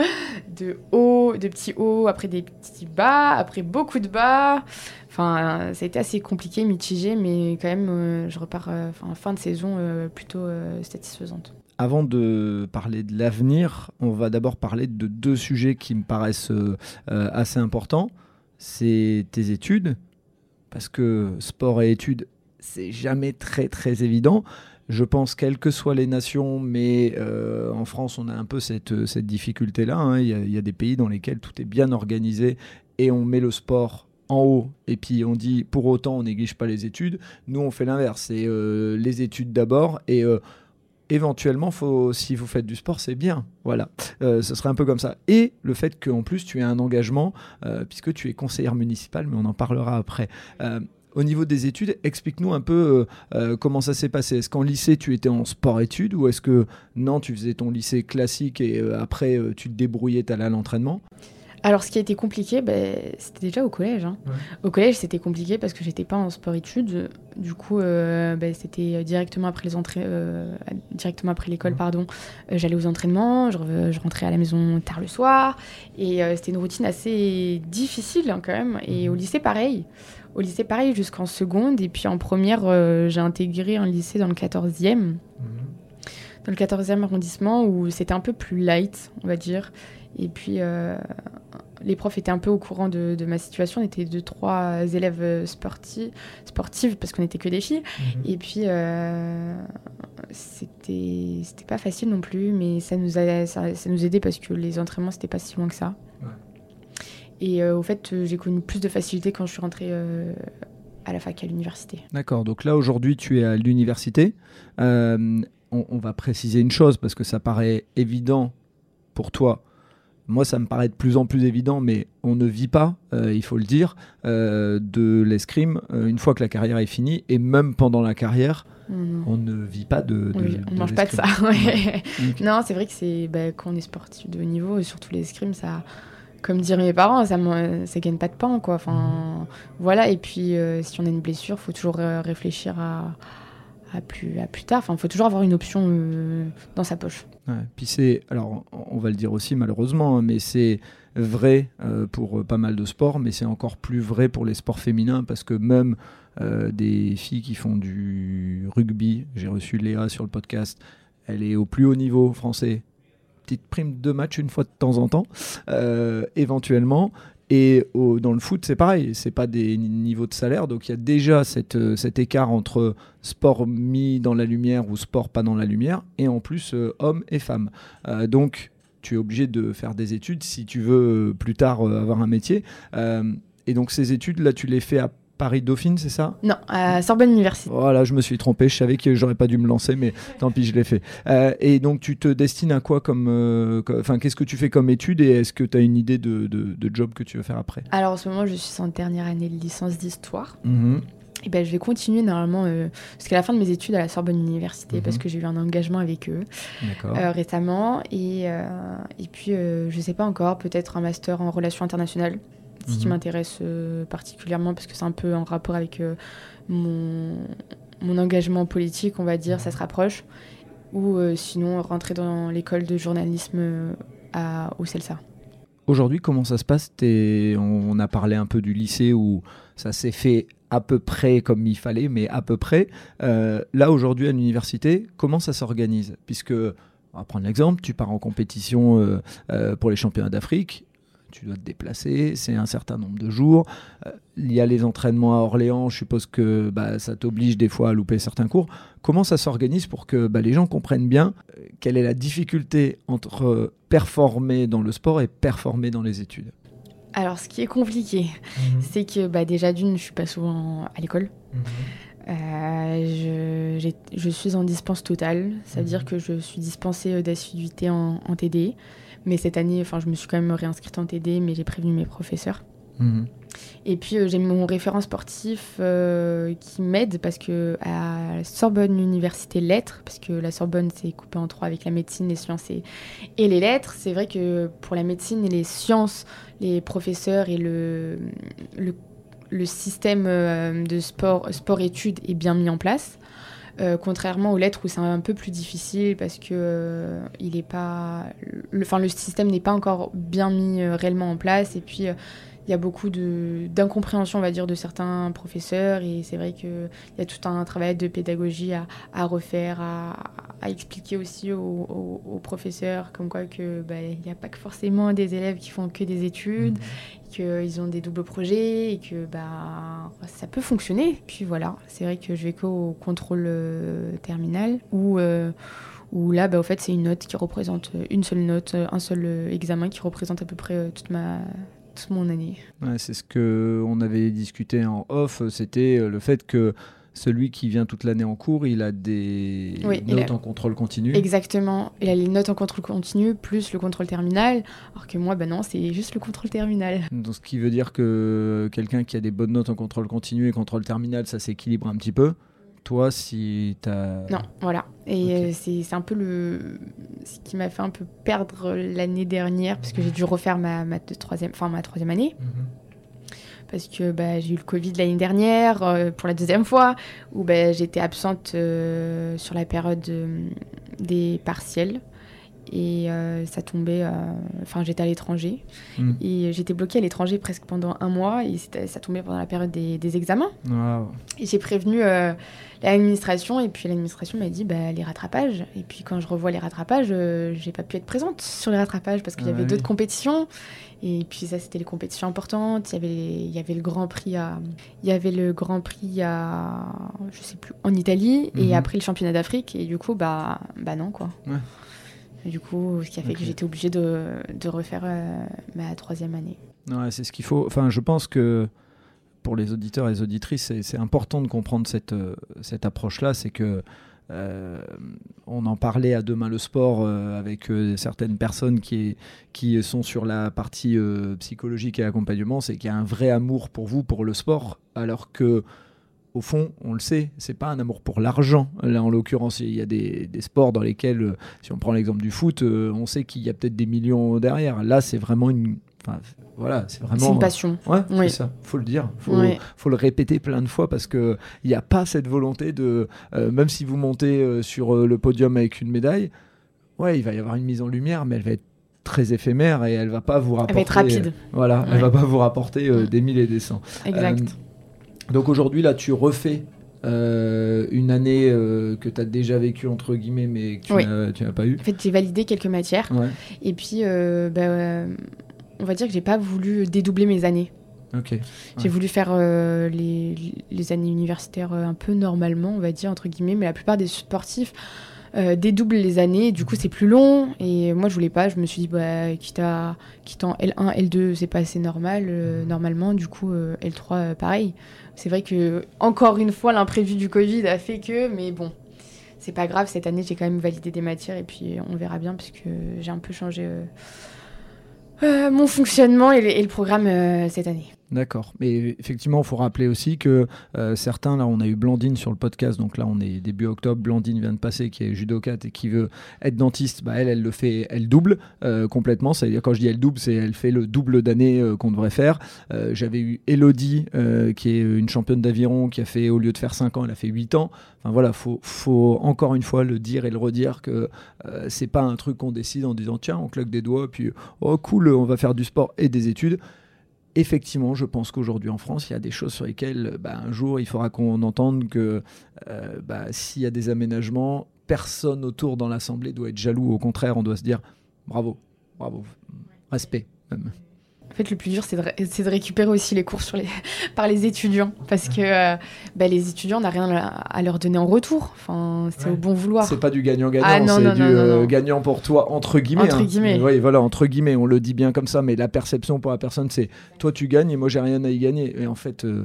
de hauts, de petits hauts, après des petits bas, après beaucoup de bas. Enfin, ça a été assez compliqué, mitigé, mais quand même, euh, je repars euh, en fin de saison euh, plutôt euh, satisfaisante. Avant de parler de l'avenir, on va d'abord parler de deux sujets qui me paraissent euh, assez importants. C'est tes études, parce que sport et études, c'est jamais très très évident. Je pense, quelles que soient les nations, mais euh, en France, on a un peu cette, cette difficulté-là. Hein. Il y a, il y a des pays dans lesquels tout est bien organisé et on met le sport en haut, et puis on dit pour autant on néglige pas les études. Nous, on fait l'inverse, c'est euh, les études d'abord et... Euh, éventuellement, faut, si vous faites du sport, c'est bien. Voilà, euh, ce serait un peu comme ça. Et le fait qu'en plus, tu aies un engagement, euh, puisque tu es conseillère municipale, mais on en parlera après. Euh, au niveau des études, explique-nous un peu euh, euh, comment ça s'est passé. Est-ce qu'en lycée, tu étais en sport-études ou est-ce que, non, tu faisais ton lycée classique et euh, après, euh, tu te débrouillais, tu allais à l'entraînement ? Alors, ce qui a été compliqué, bah, c'était déjà au collège. Hein. Ouais. Au collège, c'était compliqué parce que j'étais pas en sport-études. Du coup, euh, bah, c'était directement après les entrées, euh, directement après l'école, ouais. pardon. Euh, j'allais aux entraînements, je, je rentrais à la maison tard le soir, et euh, c'était une routine assez difficile hein, quand même. Et au lycée, pareil. Au lycée, pareil, jusqu'en seconde. Et puis en première, euh, j'ai intégré un lycée dans le quatorzième, mmh. dans le quatorzième arrondissement, où c'était un peu plus light, on va dire. Et puis, euh, les profs étaient un peu au courant de, de ma situation. On était deux, trois élèves sportifs, sportives parce qu'on n'était que des filles. Mmh. Et puis, euh, c'était, c'était pas facile non plus, mais ça nous, a, ça, ça nous aidait parce que les entraînements, c'était pas si loin que ça. Ouais. Et euh, au fait, j'ai connu plus de facilité quand je suis rentrée euh, à la fac, à l'université. D'accord. Donc là, aujourd'hui, tu es à l'université. Euh, on, on va préciser une chose parce que ça paraît évident pour toi. moi ça me paraît de plus en plus évident, mais on ne vit pas, euh, il faut le dire, euh, de l'escrime euh, une fois que la carrière est finie, et même pendant la carrière, mmh. on ne vit pas de, de oui, on de mange pas de ça. Ouais. Okay. Non, c'est vrai que c'est, bah, quand on est sportif de haut niveau, surtout l'escrime, ça, comme diraient mes parents, ça ne gagne pas de pain, quoi. Enfin, mmh. voilà. Et puis, euh, si on a une blessure, il faut toujours euh, réfléchir à, à, plus, à plus tard. Enfin, il faut toujours avoir une option euh, dans sa poche. Ouais, puis c'est, alors on va le dire aussi malheureusement, hein, mais c'est vrai euh, pour pas mal de sports, mais c'est encore plus vrai pour les sports féminins, parce que même euh, des filles qui font du rugby, j'ai reçu Léa sur le podcast, elle est au plus haut niveau français, petite prime de match une fois de temps en temps, euh, éventuellement. Et au, dans le foot, c'est pareil, c'est pas des niveaux de salaire, donc il y a déjà cette, cet écart entre sport mis dans la lumière ou sport pas dans la lumière, et en plus euh, hommes et femmes. Euh, donc tu es obligé de faire des études si tu veux euh, plus tard euh, avoir un métier. Euh, et donc ces études, là, tu les fais à Paris-Dauphine, c'est ça ? Non, à Sorbonne Université. Voilà, je me suis trompé, je savais que j'aurais pas dû me lancer, mais tant pis, je l'ai fait. Euh, et donc, tu te destines à quoi comme, euh, enfin, qu'est-ce que tu fais comme études, et est-ce que tu as une idée de, de, de job que tu veux faire après ? Alors, en ce moment, je suis en dernière année de licence d'histoire. Mmh. Et ben, je vais continuer normalement euh, jusqu'à la fin de mes études à la Sorbonne Université, mmh. parce que j'ai eu un engagement avec eux euh, récemment. Et, euh, et puis, euh, je sais pas encore, peut-être un master en relations internationales. Ce qui mmh. m'intéresse euh, particulièrement, parce que c'est un peu en rapport avec euh, mon, mon engagement politique, on va dire, ça se rapproche. Ou euh, sinon, rentrer dans l'école de journalisme euh, à, au CELSA. Aujourd'hui, comment ça se passe ? T'es... On a parlé un peu du lycée où ça s'est fait à peu près comme il fallait, mais à peu près. Euh, là, aujourd'hui, à l'université, comment ça s'organise ? Puisque, on va prendre l'exemple, tu pars en compétition euh, euh, pour les championnats d'Afrique. Tu dois te déplacer, c'est un certain nombre de jours. Euh, il y a les entraînements à Orléans, je suppose que bah, ça t'oblige des fois à louper certains cours. Comment ça s'organise pour que bah, les gens comprennent bien euh, quelle est la difficulté entre euh, performer dans le sport et performer dans les études ? Alors, ce qui est compliqué, mmh. c'est que bah, déjà d'une, je ne suis pas souvent à l'école. Mmh. Euh, je, j'ai, je suis en dispense totale, ça veut mmh. dire que je suis dispensée d'assiduité en, en T D. Mais cette année, enfin, je me suis quand même réinscrite en T D, mais j'ai prévenu mes professeurs. Mmh. Et puis, euh, j'ai mon référent sportif euh, qui m'aide, parce que à Sorbonne Université Lettres, parce que la Sorbonne, c'est coupé en trois avec la médecine, les sciences et, et les lettres. C'est vrai que pour la médecine et les sciences, les professeurs et le, le, le système euh, de sport, sport-études est bien mis en place. Euh, contrairement aux lettres où c'est un peu plus difficile, parce que euh, il est pas, le, enfin, le système n'est pas encore bien mis euh, réellement en place, et puis il euh, y a beaucoup de, d'incompréhension, on va dire, de certains professeurs, et c'est vrai qu'il y a tout un travail de pédagogie à, à refaire, à, à expliquer aussi aux, aux, aux professeurs, comme quoi que bah, il n'y a pas que forcément des élèves qui font que des études, mmh. qu'ils ont des doubles projets, et que bah, ça peut fonctionner. Puis voilà, c'est vrai que je vais qu'au contrôle euh, terminal, où, euh, où là, bah, au fait, c'est une note qui représente une seule note, un seul euh, examen qui représente à peu près euh, toute ma... toute mon année. Ouais, c'est ce qu'on avait discuté en off, c'était le fait que celui qui vient toute l'année en cours, il a des oui, notes a... en contrôle continu. Exactement. Il a les notes en contrôle continu plus le contrôle terminal. Alors que moi, ben non, c'est juste le contrôle terminal. Donc, ce qui veut dire que quelqu'un qui a des bonnes notes en contrôle continu et contrôle terminal, ça s'équilibre un petit peu. Toi, si t'as... Non, voilà. Et okay. euh, c'est, c'est un peu le... ce qui m'a fait un peu perdre l'année dernière, parce que j'ai dû refaire ma, ma, de troisième... enfin, ma troisième année. Mm-hmm. Parce que bah, j'ai eu le Covid l'année dernière, euh, pour la deuxième fois, où bah, j'étais absente euh, sur la période euh, des partiels. Et euh, ça tombait... Enfin, euh, j'étais à l'étranger. Mmh. Et j'étais bloquée à l'étranger presque pendant un mois. Et ça tombait pendant la période des, des examens. Wow. Et j'ai prévenu euh, l'administration. Et puis l'administration m'a dit bah, les rattrapages. Et puis quand je revois les rattrapages, euh, j'ai pas pu être présente sur les rattrapages parce qu'il y avait ouais, d'autres oui. compétitions. Et puis ça, c'était les compétitions importantes. Il y avait, il y avait le Grand Prix à... Il y avait le Grand Prix à... Je sais plus, en Italie. Mmh. Et après le championnat d'Afrique. Et du coup, bah, bah non, quoi. Ouais. Et du coup, ce qui a fait okay. que j'étais obligée de, de refaire euh, ma troisième année. Ouais, c'est ce qu'il faut. Enfin, je pense que pour les auditeurs et les auditrices, c'est, c'est important de comprendre cette, euh, cette approche-là. C'est que euh, on en parlait à Demain le Sport euh, avec euh, certaines personnes qui, est, qui sont sur la partie euh, psychologique et accompagnement, c'est qu'il y a un vrai amour pour vous, pour le sport, alors que au fond, on le sait, c'est pas un amour pour l'argent. Là, en l'occurrence, il y a des, des sports dans lesquels, euh, si on prend l'exemple du foot, euh, on sait qu'il y a peut-être des millions derrière. Là, c'est vraiment une... Enfin, voilà, c'est vraiment... C'est une passion. Ouais, oui. c'est ça. Faut le dire. Faut, oui. faut le répéter plein de fois parce que il n'y a pas cette volonté de... Euh, même si vous montez euh, sur euh, le podium avec une médaille, ouais, il va y avoir une mise en lumière, mais elle va être très éphémère et elle va pas vous rapporter... Elle va être rapide. Euh, voilà, ouais. Elle va pas vous rapporter euh, des mille et des cents. Exact. Euh, Donc aujourd'hui, là, tu refais euh, une année euh, que tu as déjà vécue, entre guillemets, mais que tu, oui. n'as, tu n'as pas eu. En fait, j'ai validé quelques matières. Ouais. Et puis, euh, bah, euh, on va dire que j'ai pas voulu dédoubler mes années. Okay. J'ai ouais. voulu faire euh, les, les années universitaires euh, un peu normalement, on va dire, entre guillemets. Mais la plupart des sportifs euh, dédoublent les années. Du coup, c'est plus long. Et moi, je voulais pas. Je me suis dit, bah, quitte, à, quitte en L un, L deux, c'est pas assez normal, euh, normalement. Du coup, euh, L trois, euh, pareil. C'est vrai que, encore une fois, l'imprévu du Covid a fait que, mais bon, c'est pas grave. Cette année, j'ai quand même validé des matières et puis on verra bien parce que j'ai un peu changé euh, euh, mon fonctionnement et le, et le programme euh, cette année. D'accord. Mais effectivement, il faut rappeler aussi que euh, certains, là, on a eu Blandine sur le podcast, donc là, on est début octobre, Blandine vient de passer, qui est judokate et qui veut être dentiste. Bah, elle, elle le fait, elle double euh, complètement. C'est-à-dire, quand je dis elle double, c'est elle fait le double d'années euh, qu'on devrait faire. Euh, j'avais eu Elodie, euh, qui est une championne d'aviron, qui a fait, au lieu de faire cinq ans, elle a fait huit ans. Enfin voilà, faut, faut encore une fois le dire et le redire que euh, c'est pas un truc qu'on décide en disant tiens, on claque des doigts, puis oh cool, on va faire du sport et des études. Effectivement, je pense qu'aujourd'hui en France, il y a des choses sur lesquelles bah, un jour, il faudra qu'on entende que euh, bah, s'il y a des aménagements, personne autour dans l'Assemblée doit être jaloux. Au contraire, on doit se dire bravo, bravo, respect même. En fait, le plus dur, c'est de, c'est de récupérer aussi les cours sur les, par les étudiants. Parce que euh, bah, les étudiants, on n'a rien à leur donner en retour. Enfin, c'est ouais. au bon vouloir. C'est pas du gagnant-gagnant, ah, non, c'est non, du non, non, euh, non. gagnant pour toi, entre guillemets. Entre hein. guillemets. Oui, voilà, entre guillemets, on le dit bien comme ça, mais la perception pour la personne, c'est toi, tu gagnes et moi, j'ai rien à y gagner. Et en fait... Euh,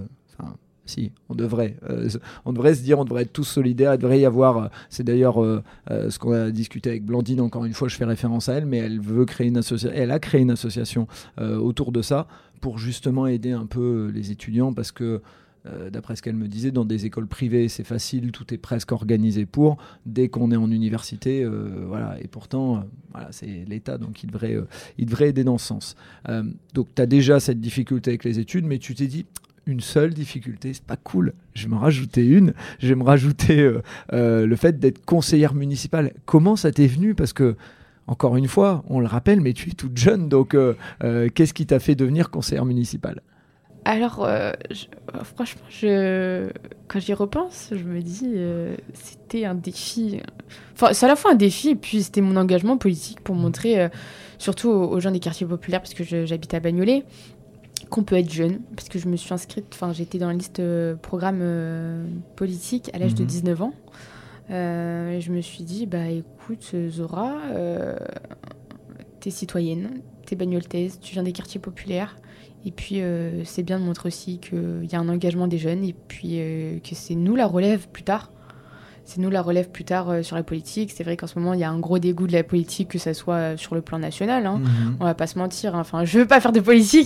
Si, on devrait. Euh, on devrait se dire, on devrait être tous solidaires. Il devrait y avoir. Euh, c'est d'ailleurs euh, euh, ce qu'on a discuté avec Blandine. Encore une fois, je fais référence à elle, mais elle veut créer une association. Elle a créé une association euh, autour de ça pour justement aider un peu les étudiants parce que. Euh, d'après ce qu'elle me disait, dans des écoles privées, c'est facile, tout est presque organisé pour. Dès qu'on est en université, euh, voilà. Et pourtant, euh, voilà, c'est l'État, donc il devrait, euh, il devrait aider dans ce sens. Euh, donc, tu as déjà cette difficulté avec les études, mais tu t'es dit. Une seule difficulté, c'est pas cool. Je vais me rajouter une. Je vais me rajouter euh, euh, le fait d'être conseillère municipale. Comment ça t'est venu ? Parce que, encore une fois, on le rappelle, mais tu es toute jeune. Donc, euh, euh, qu'est-ce qui t'a fait devenir conseillère municipale ? Alors, euh, je, euh, franchement, je, quand j'y repense, je me dis, euh, c'était un défi. Enfin, c'est à la fois un défi, et puis c'était mon engagement politique pour montrer, euh, surtout aux, aux gens des quartiers populaires, parce que je, j'habite à Bagnolet, qu'on peut être jeune, parce que je me suis inscrite, enfin j'étais dans la liste euh, programme euh, politique à l'âge mmh. de dix-neuf ans. Euh, et je me suis dit, bah écoute Zora, euh, t'es citoyenne, t'es bagnoletaise, tu viens des quartiers populaires, et puis euh, c'est bien de montrer aussi qu'il y a un engagement des jeunes, et puis euh, que c'est nous la relève plus tard. C'est nous la relève plus tard euh, sur la politique. C'est vrai qu'en ce moment, il y a un gros dégoût de la politique, que ça soit euh, sur le plan national. Hein. Mmh. On va pas se mentir. Hein. Enfin, je veux pas faire de politique.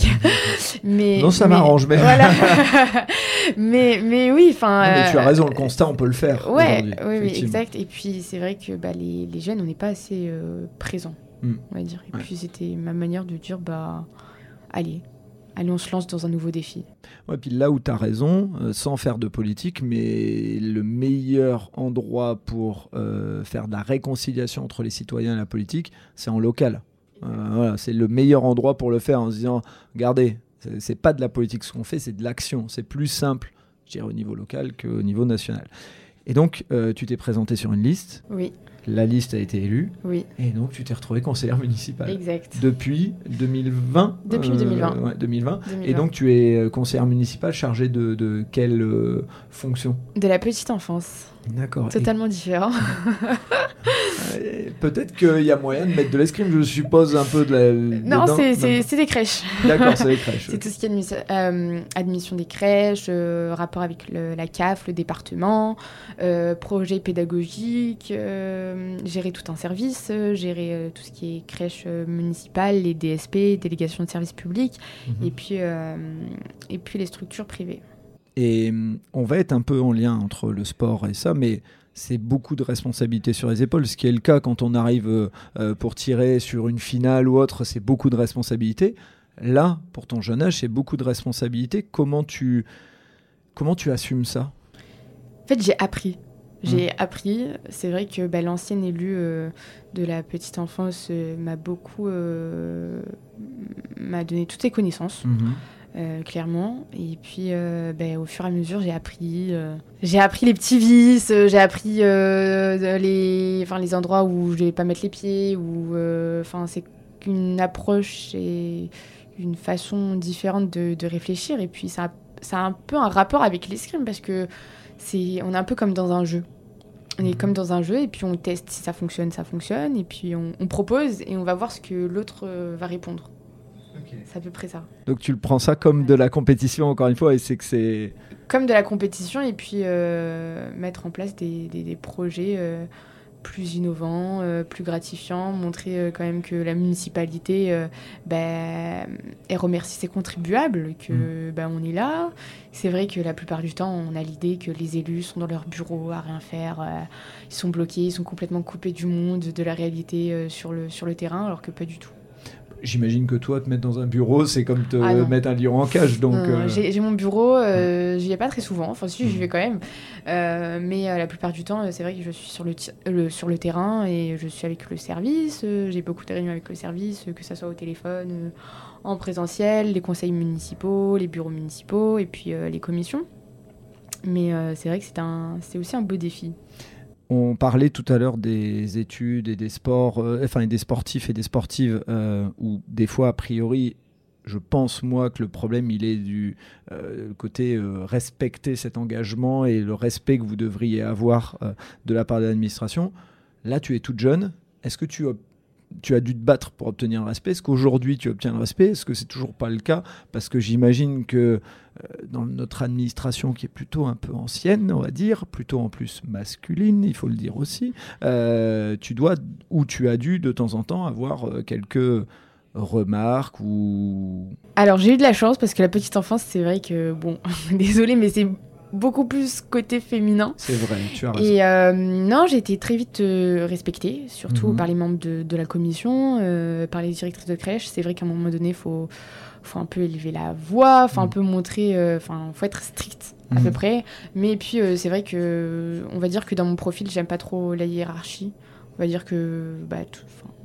mais, non, ça mais, m'arrange. Mais... Voilà. mais, mais oui, enfin... Mais tu as raison, le constat, on peut le faire. Ouais, oui, oui, exact. Et puis, c'est vrai que bah, les, les jeunes, on n'est pas assez euh, présents, mmh. on va dire. Et ouais. puis, c'était ma manière de dire, bah, allez... Allez, on se lance dans un nouveau défi. Ouais, puis là où tu as raison, euh, sans faire de politique, mais le meilleur endroit pour euh, faire de la réconciliation entre les citoyens et la politique, c'est en local. Euh, voilà, c'est le meilleur endroit pour le faire en se disant, regardez, c'est, c'est pas de la politique ce qu'on fait, c'est de l'action. C'est plus simple, je dirais, au niveau local qu'au niveau national. Et donc, euh, tu t'es présenté sur une liste. Oui. La liste a été élue. Oui. Et donc, tu t'es retrouvée conseillère municipale. Exact. Depuis deux mille vingt. Depuis euh, deux mille vingt. Ouais, deux mille vingt. deux mille vingt. Et donc, tu es conseillère municipale chargée de, de quelle euh, fonction ? De la petite enfance. D'accord. Totalement et... différent. Euh, Peut-être qu'il y a moyen de mettre de l'escrime, je suppose, un peu de la... Non, dedans. c'est, c'est, c'est des crèches. D'accord, c'est les crèches. C'est tout ce qui est admis- euh, admission des crèches, euh, rapport avec le- la C A F, le département, euh, projet pédagogique, euh, gérer tout un service, euh, gérer euh, tout ce qui est crèche euh, municipale, les D S P, délégations de services publics, Mhm. et, puis, euh, et puis les structures privées. Et hum, on va être un peu en lien entre le sport et ça, mais c'est beaucoup de responsabilités sur les épaules, ce qui est le cas quand on arrive euh, euh, pour tirer sur une finale ou autre, c'est beaucoup de responsabilités. Là, pour ton jeune âge, c'est beaucoup de responsabilités. Comment tu, comment tu assumes ça ? En fait, j'ai appris. J'ai Mmh. appris. C'est vrai que bah, l'ancienne élue euh, de la petite enfance euh, m'a beaucoup... euh, m'a donné toutes ses connaissances. Euh, clairement. Et puis, euh, ben, au fur et à mesure, j'ai appris, euh, j'ai appris les petits vices, euh, j'ai appris euh, les, enfin, les endroits où je vais pas mettre les pieds, où, euh, enfin, c'est une approche et une façon différente de, de réfléchir. Et puis, ça a, ça a un peu un rapport avec l'escrime parce que c'est, on est un peu comme dans un jeu. On est comme dans un jeu et puis on teste si ça fonctionne, ça fonctionne. Et puis on, on propose et on va voir ce que l'autre euh, va répondre. Okay. C'est à peu près ça. Donc tu le prends ça comme de la compétition, encore une fois, et c'est que c'est... Comme de la compétition et puis euh, mettre en place des, des, des projets euh, plus innovants, euh, plus gratifiants, montrer euh, quand même que la municipalité euh, bah, elle remercie ses contribuables, que mmh. bah, on est là. C'est vrai que la plupart du temps, on a l'idée que les élus sont dans leur bureau à rien faire, euh, ils sont bloqués, ils sont complètement coupés du monde, de la réalité euh, sur, le, sur le terrain, alors que pas du tout. J'imagine que toi, te mettre dans un bureau, c'est comme te ah mettre un lion en cage. Donc, non, euh... j'ai, j'ai mon bureau, euh, j'y vais pas très souvent, enfin si, j'y vais quand même. Euh, mais euh, la plupart du temps, c'est vrai que je suis sur le, ti- le, sur le terrain et je suis avec le service. Euh, j'ai beaucoup de réunions avec le service, que ça soit au téléphone, euh, en présentiel, les conseils municipaux, les bureaux municipaux et puis euh, les commissions. Mais euh, c'est vrai que c'est, un, c'est aussi un beau défi. On parlait tout à l'heure des études et des sports, euh, enfin et des sportifs et des sportives, euh, où des fois, a priori, je pense moi que le problème il est du euh, côté euh, respecter cet engagement et le respect que vous devriez avoir euh, de la part de l'administration. Là, tu es toute jeune. Est-ce que tu as tu as dû te battre pour obtenir le respect? Est-ce qu'aujourd'hui tu obtiens le respect? Est-ce que c'est toujours pas le cas? Parce que j'imagine que euh, dans notre administration qui est plutôt un peu ancienne, on va dire, plutôt en plus masculine, il faut le dire aussi, euh, tu dois, ou tu as dû de temps en temps avoir euh, quelques remarques ou... Alors j'ai eu de la chance parce que la petite enfance, c'est vrai que, bon, désolée, mais c'est beaucoup plus côté féminin. C'est vrai, tu as raison. Et euh, non, j'ai été très vite euh, respectée, surtout Mhm. par les membres de, de la commission, euh, par les directrices de crèche. C'est vrai qu'à un moment donné, il faut, faut un peu élever la voix, il faut Mhm. un peu montrer, enfin, euh, faut être strict à Mhm. peu près. Mais puis, euh, c'est vrai que, on va dire que dans mon profil, j'aime pas trop la hiérarchie. On va dire que, bah, tout,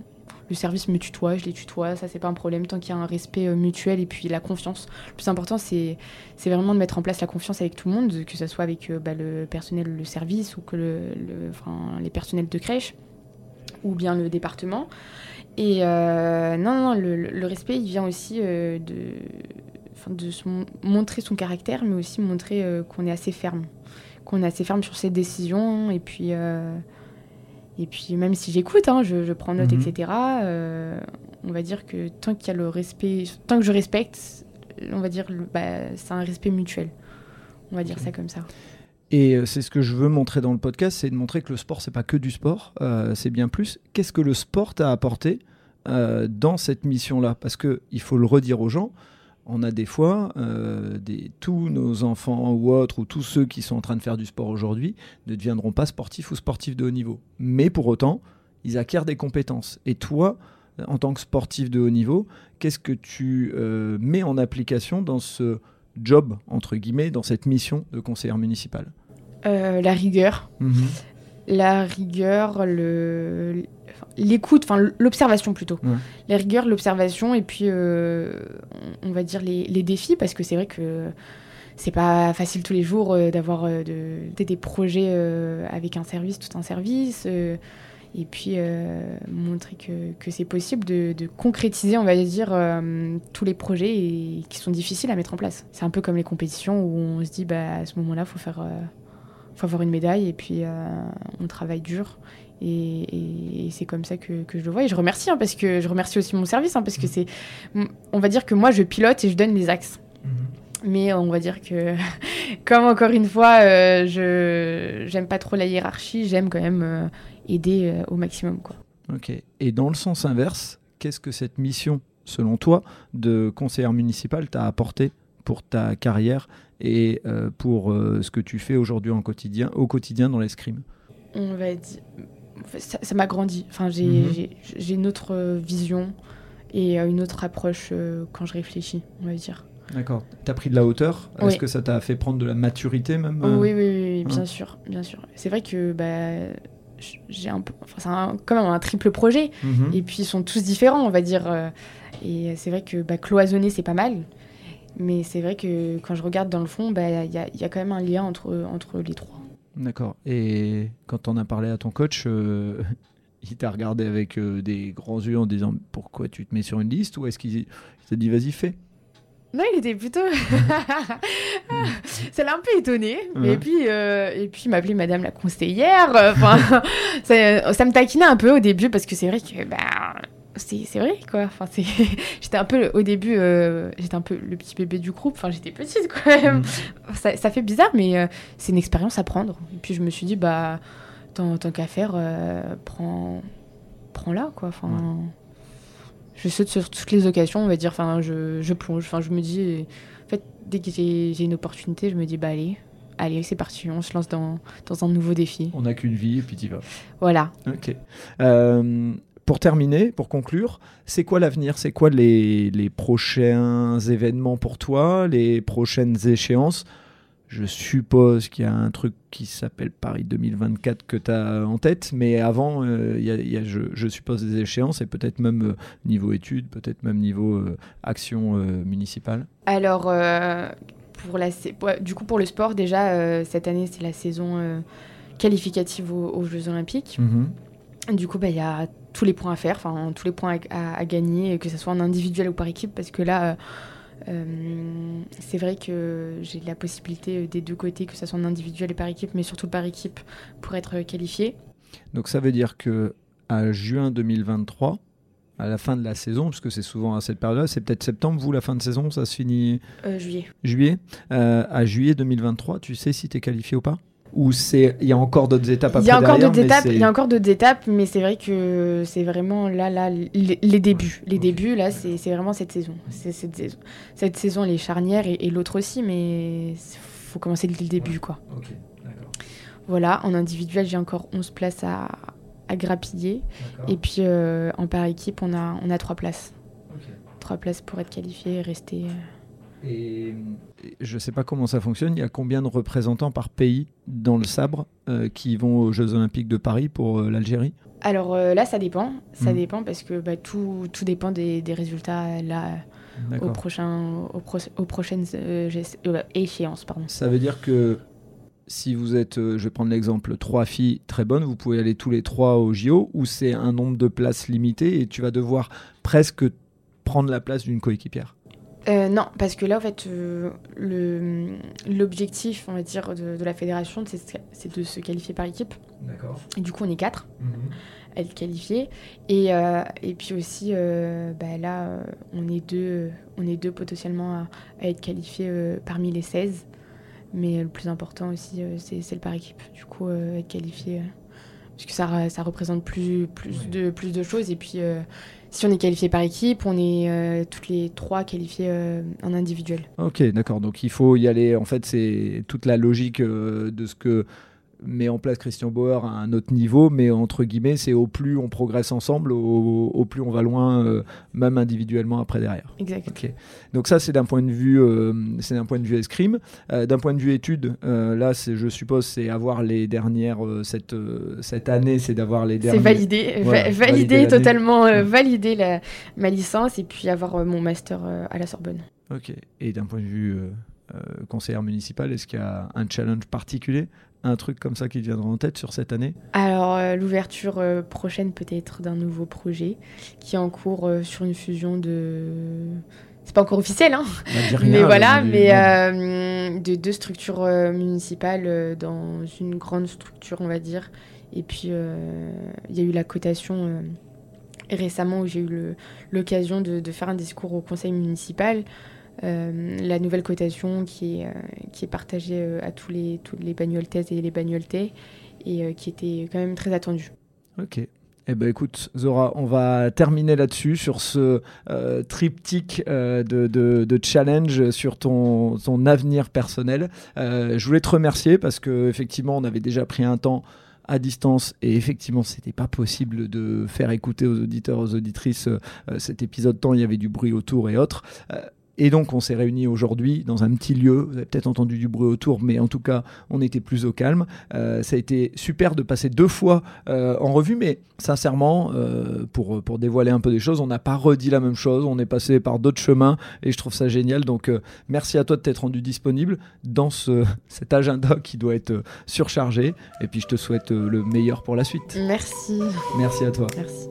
le service me tutoie, je les tutoie, ça c'est pas un problème tant qu'il y a un respect euh, mutuel et puis la confiance. Le plus important c'est, c'est vraiment de mettre en place la confiance avec tout le monde, que ce soit avec euh, bah, le personnel, le service ou que le, le, enfin, les personnels de crèche ou bien le département. Et euh, non, non, le, le respect il vient aussi euh, de, de se m- montrer son caractère, mais aussi montrer euh, qu'on est assez ferme, qu'on est assez ferme sur ses décisions et puis... Euh, Et puis même si j'écoute, hein, je, je prends note, Mhm. et cetera, euh, on va dire que tant qu'il y a le respect, tant que je respecte, on va dire le, bah, c'est un respect mutuel. On va dire Okay. ça comme ça. Et euh, c'est ce que je veux montrer dans le podcast, c'est de montrer que le sport, c'est pas que du sport, euh, c'est bien plus. Qu'est-ce que le sport t'a apporté euh, dans cette mission-là? Parce qu'il faut le redire aux gens, on a des fois, euh, des, tous nos enfants ou autres, ou tous ceux qui sont en train de faire du sport aujourd'hui, ne deviendront pas sportifs ou sportifs de haut niveau. Mais pour autant, ils acquièrent des compétences. Et toi, en tant que sportif de haut niveau, qu'est-ce que tu euh, mets en application dans ce job, entre guillemets, dans cette mission de conseillère municipale? Euh, la rigueur. Mmh. La rigueur, le... l'écoute, enfin l'observation plutôt. Ouais. La rigueur, l'observation et puis euh, on va dire les, les défis parce que c'est vrai que c'est pas facile tous les jours euh, d'avoir euh, de, des projets euh, avec un service, tout un service euh, et puis euh, montrer que, que c'est possible de, de concrétiser, on va dire, euh, tous les projets et, qui sont difficiles à mettre en place. C'est un peu comme les compétitions où on se dit bah, à ce moment-là, il faut faire... Euh, faut avoir une médaille et puis euh, on travaille dur Et, et, et c'est comme ça que, que je le vois. Et je remercie, hein, parce que je remercie aussi mon service, hein, parce que c'est, on va dire que moi, je pilote et je donne les axes. Mmh. Mais on va dire que, comme encore une fois, euh, je j'aime pas trop la hiérarchie, j'aime quand même euh, aider euh, au maximum, quoi. Ok. Et dans le sens inverse, qu'est-ce que cette mission, selon toi, de conseillère municipale t'a apporté pour ta carrière et euh, pour euh, ce que tu fais aujourd'hui en quotidien, au quotidien dans l'escrime? On va dire, ça, ça m'a grandi. Enfin, j'ai, mmh. j'ai, j'ai une autre vision et une autre approche euh, quand je réfléchis, on va dire. D'accord. T'as pris de la hauteur. Oui. Est-ce que ça t'a fait prendre de la maturité même? Oui, oui, oui, oui, bien hein sûr, bien sûr. C'est vrai que bah, j'ai un peu, enfin, c'est un, quand même un triple projet. Mm-hmm. Et puis ils sont tous différents, on va dire. Et c'est vrai que bah, cloisonner, c'est pas mal. Mais c'est vrai que quand je regarde dans le fond, bah, y a, y a quand même un lien entre, entre les trois. D'accord. Et quand on a parlé à ton coach, euh, il t'a regardé avec euh, des grands yeux en disant pourquoi tu te mets sur une liste, ou est-ce qu'il il t'a dit vas-y, fais? Non, il était plutôt... Ça l'a un peu étonné. Ouais. Et puis, euh, et puis il m'appelait Madame la conseillère. Enfin, ça, ça me taquinait un peu au début parce que c'est vrai que... Bah, c'est, c'est vrai, quoi. Enfin, c'est... J'étais un peu, au début, euh, j'étais un peu le petit bébé du groupe. Enfin, j'étais petite, quand même. Mmh. Ça, ça fait bizarre, mais euh, c'est une expérience à prendre. Et puis, je me suis dit, bah, tant, tant qu'à faire, euh, prends, prends-la, quoi. Enfin... Ouais. Je saute sur toutes les occasions, on va dire, enfin, je, je plonge, enfin, je me dis, en fait, dès que j'ai, j'ai une opportunité, je me dis, bah allez, allez, c'est parti, on se lance dans, dans un nouveau défi. On n'a qu'une vie et puis t'y vas. Voilà. Ok. Euh, pour terminer, pour conclure, c'est quoi l'avenir? C'est quoi les, les prochains événements pour toi, les prochaines échéances? Je suppose qu'il y a un truc qui s'appelle Paris deux mille vingt-quatre que tu as en tête, mais avant, euh, y a, y a, je, je suppose, des échéances, et peut-être même euh, niveau études, peut-être même niveau euh, action euh, municipale. Alors, euh, pour la, du coup, pour le sport, déjà, euh, cette année, c'est la saison euh, qualificative aux, aux Jeux Olympiques. Mm-hmm. Du coup, bah, y a tous les points à faire, enfin, tous les points à, à, à gagner, que ce soit en individuel ou par équipe, parce que là... Euh, Euh, c'est vrai que j'ai la possibilité des deux côtés, que ce soit en individuel et par équipe, mais surtout par équipe, pour être qualifié. Donc ça veut dire qu'à juin deux mille vingt-trois, à la fin de la saison, parce que c'est souvent à cette période-là, c'est peut-être septembre, vous, la fin de saison, ça se finit euh, Juillet. Juillet. Euh, à juillet deux mille vingt-trois, tu sais si tu es qualifié ou pas? Ou c'est il y a encore d'autres étapes après derrière? Il y a encore d'autres étapes, mais c'est vrai que c'est vraiment là, là les, les débuts. Les okay. débuts, là, c'est, c'est vraiment cette saison. C'est, cette saison. Cette saison, elle est charnière et, et l'autre aussi, mais il faut commencer dès le début, quoi. Okay. D'accord. Voilà, en individuel, j'ai encore onze places à, à grappiller. D'accord. Et puis euh, en par équipe, on a, on a trois places. Okay. Trois places pour être qualifié et rester... Euh... Et je ne sais pas comment ça fonctionne, il y a combien de représentants par pays dans le sabre euh, qui vont aux Jeux Olympiques de Paris pour euh, l'Algérie? Alors euh, là, ça dépend. Ça mmh. dépend parce que bah, tout, tout dépend des, des résultats là, au prochain, au pro, aux prochaines euh, euh, échéances. Pardon. Ça veut dire que si vous êtes, euh, je vais prendre l'exemple, trois filles très bonnes, vous pouvez aller tous les trois au J O, ou c'est un nombre de places limité et tu vas devoir presque prendre la place d'une coéquipière? Euh, non, parce que là, en fait, euh, le, l'objectif, on va dire, de, de la fédération, c'est, c'est de se qualifier par équipe. D'accord. Et du coup, on est quatre mm-hmm. à être qualifiés. Et, euh, et puis aussi, euh, bah, là, euh, on est deux, on est deux potentiellement à, à être qualifiés euh, parmi les seize. Mais le plus important aussi, euh, c'est, c'est le par équipe. Du coup, euh, être qualifié, euh, parce que ça, ça représente plus, plus, oui. de, plus de choses. Et puis... Euh, si on est qualifié par équipe, on est euh, toutes les trois qualifiés euh, en individuel. Ok, d'accord. Donc il faut y aller. En fait, c'est toute la logique euh, de ce que met en place Christian Bauer à un autre niveau, mais entre guillemets, c'est au plus on progresse ensemble, au, au plus on va loin, euh, même individuellement après derrière. Exact. Okay. Donc ça, c'est d'un point de vue, euh, c'est d'un point de vue escrime. Euh, d'un point de vue études, euh, là, c'est, je suppose, c'est avoir les dernières euh, cette euh, cette année, c'est d'avoir les dernières. C'est validé, voilà, va- valider totalement, euh, valider la ma licence et puis avoir euh, mon master euh, à la Sorbonne. Ok. Et d'un point de vue euh, euh, conseillère municipale, est-ce qu'il y a un challenge particulier? Un truc comme ça qui te viendra en tête sur cette année? Alors, euh, l'ouverture euh, prochaine peut-être d'un nouveau projet qui est en cours euh, sur une fusion de c'est pas encore officiel, hein. Bah, rien, mais voilà, mais, mais euh, de deux structures euh, municipales euh, dans une grande structure, on va dire. Et puis, il euh, y a eu la cotation euh, récemment où j'ai eu le, l'occasion de, de faire un discours au conseil municipal. Euh, la nouvelle cotation qui est, euh, qui est partagée euh, à tous les, tous les bagnoltaises et les bagnoltais et euh, qui était quand même très attendue. Ok. Eh ben écoute Zora, on va terminer là-dessus sur ce euh, triptyque euh, de, de, de challenge sur ton, ton avenir personnel. Euh, je voulais te remercier parce que effectivement on avait déjà pris un temps à distance et effectivement c'était pas possible de faire écouter aux auditeurs, aux auditrices euh, cet épisode tant il y avait du bruit autour et autres. Euh, Et donc, on s'est réunis aujourd'hui dans un petit lieu. Vous avez peut-être entendu du bruit autour, mais en tout cas, on était plus au calme. Euh, ça a été super de passer deux fois euh, en revue, mais sincèrement, euh, pour, pour dévoiler un peu des choses, on n'a pas redit la même chose. On est passé par d'autres chemins et je trouve ça génial. Donc, euh, merci à toi de t'être rendu disponible dans ce, cet agenda qui doit être euh, surchargé. Et puis, je te souhaite euh, le meilleur pour la suite. Merci. Merci à toi. Merci.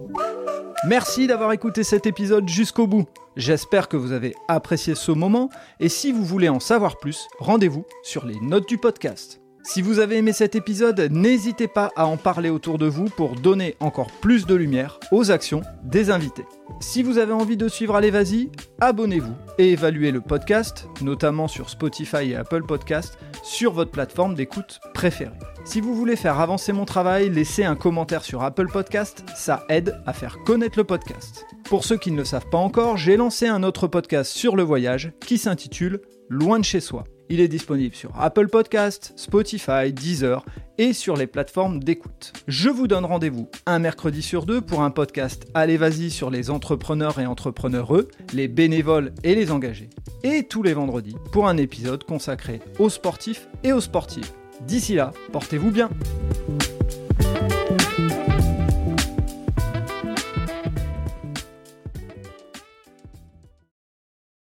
Merci d'avoir écouté cet épisode jusqu'au bout. J'espère que vous avez apprécié ce moment et si vous voulez en savoir plus, rendez-vous sur les notes du podcast. Si vous avez aimé cet épisode, n'hésitez pas à en parler autour de vous pour donner encore plus de lumière aux actions des invités. Si vous avez envie de suivre Allez Vas-y, abonnez-vous et évaluez le podcast, notamment sur Spotify et Apple Podcasts, sur votre plateforme d'écoute préférée. Si vous voulez faire avancer mon travail, laissez un commentaire sur Apple Podcasts, ça aide à faire connaître le podcast. Pour ceux qui ne le savent pas encore, j'ai lancé un autre podcast sur le voyage qui s'intitule Loin de chez soi. Il est disponible sur Apple Podcasts, Spotify, Deezer et sur les plateformes d'écoute. Je vous donne rendez-vous un mercredi sur deux pour un podcast Allez Vas-y sur les entrepreneurs et entrepreneureux, les bénévoles et les engagés. Et tous les vendredis pour un épisode consacré aux sportifs et aux sportives. D'ici là, portez-vous bien.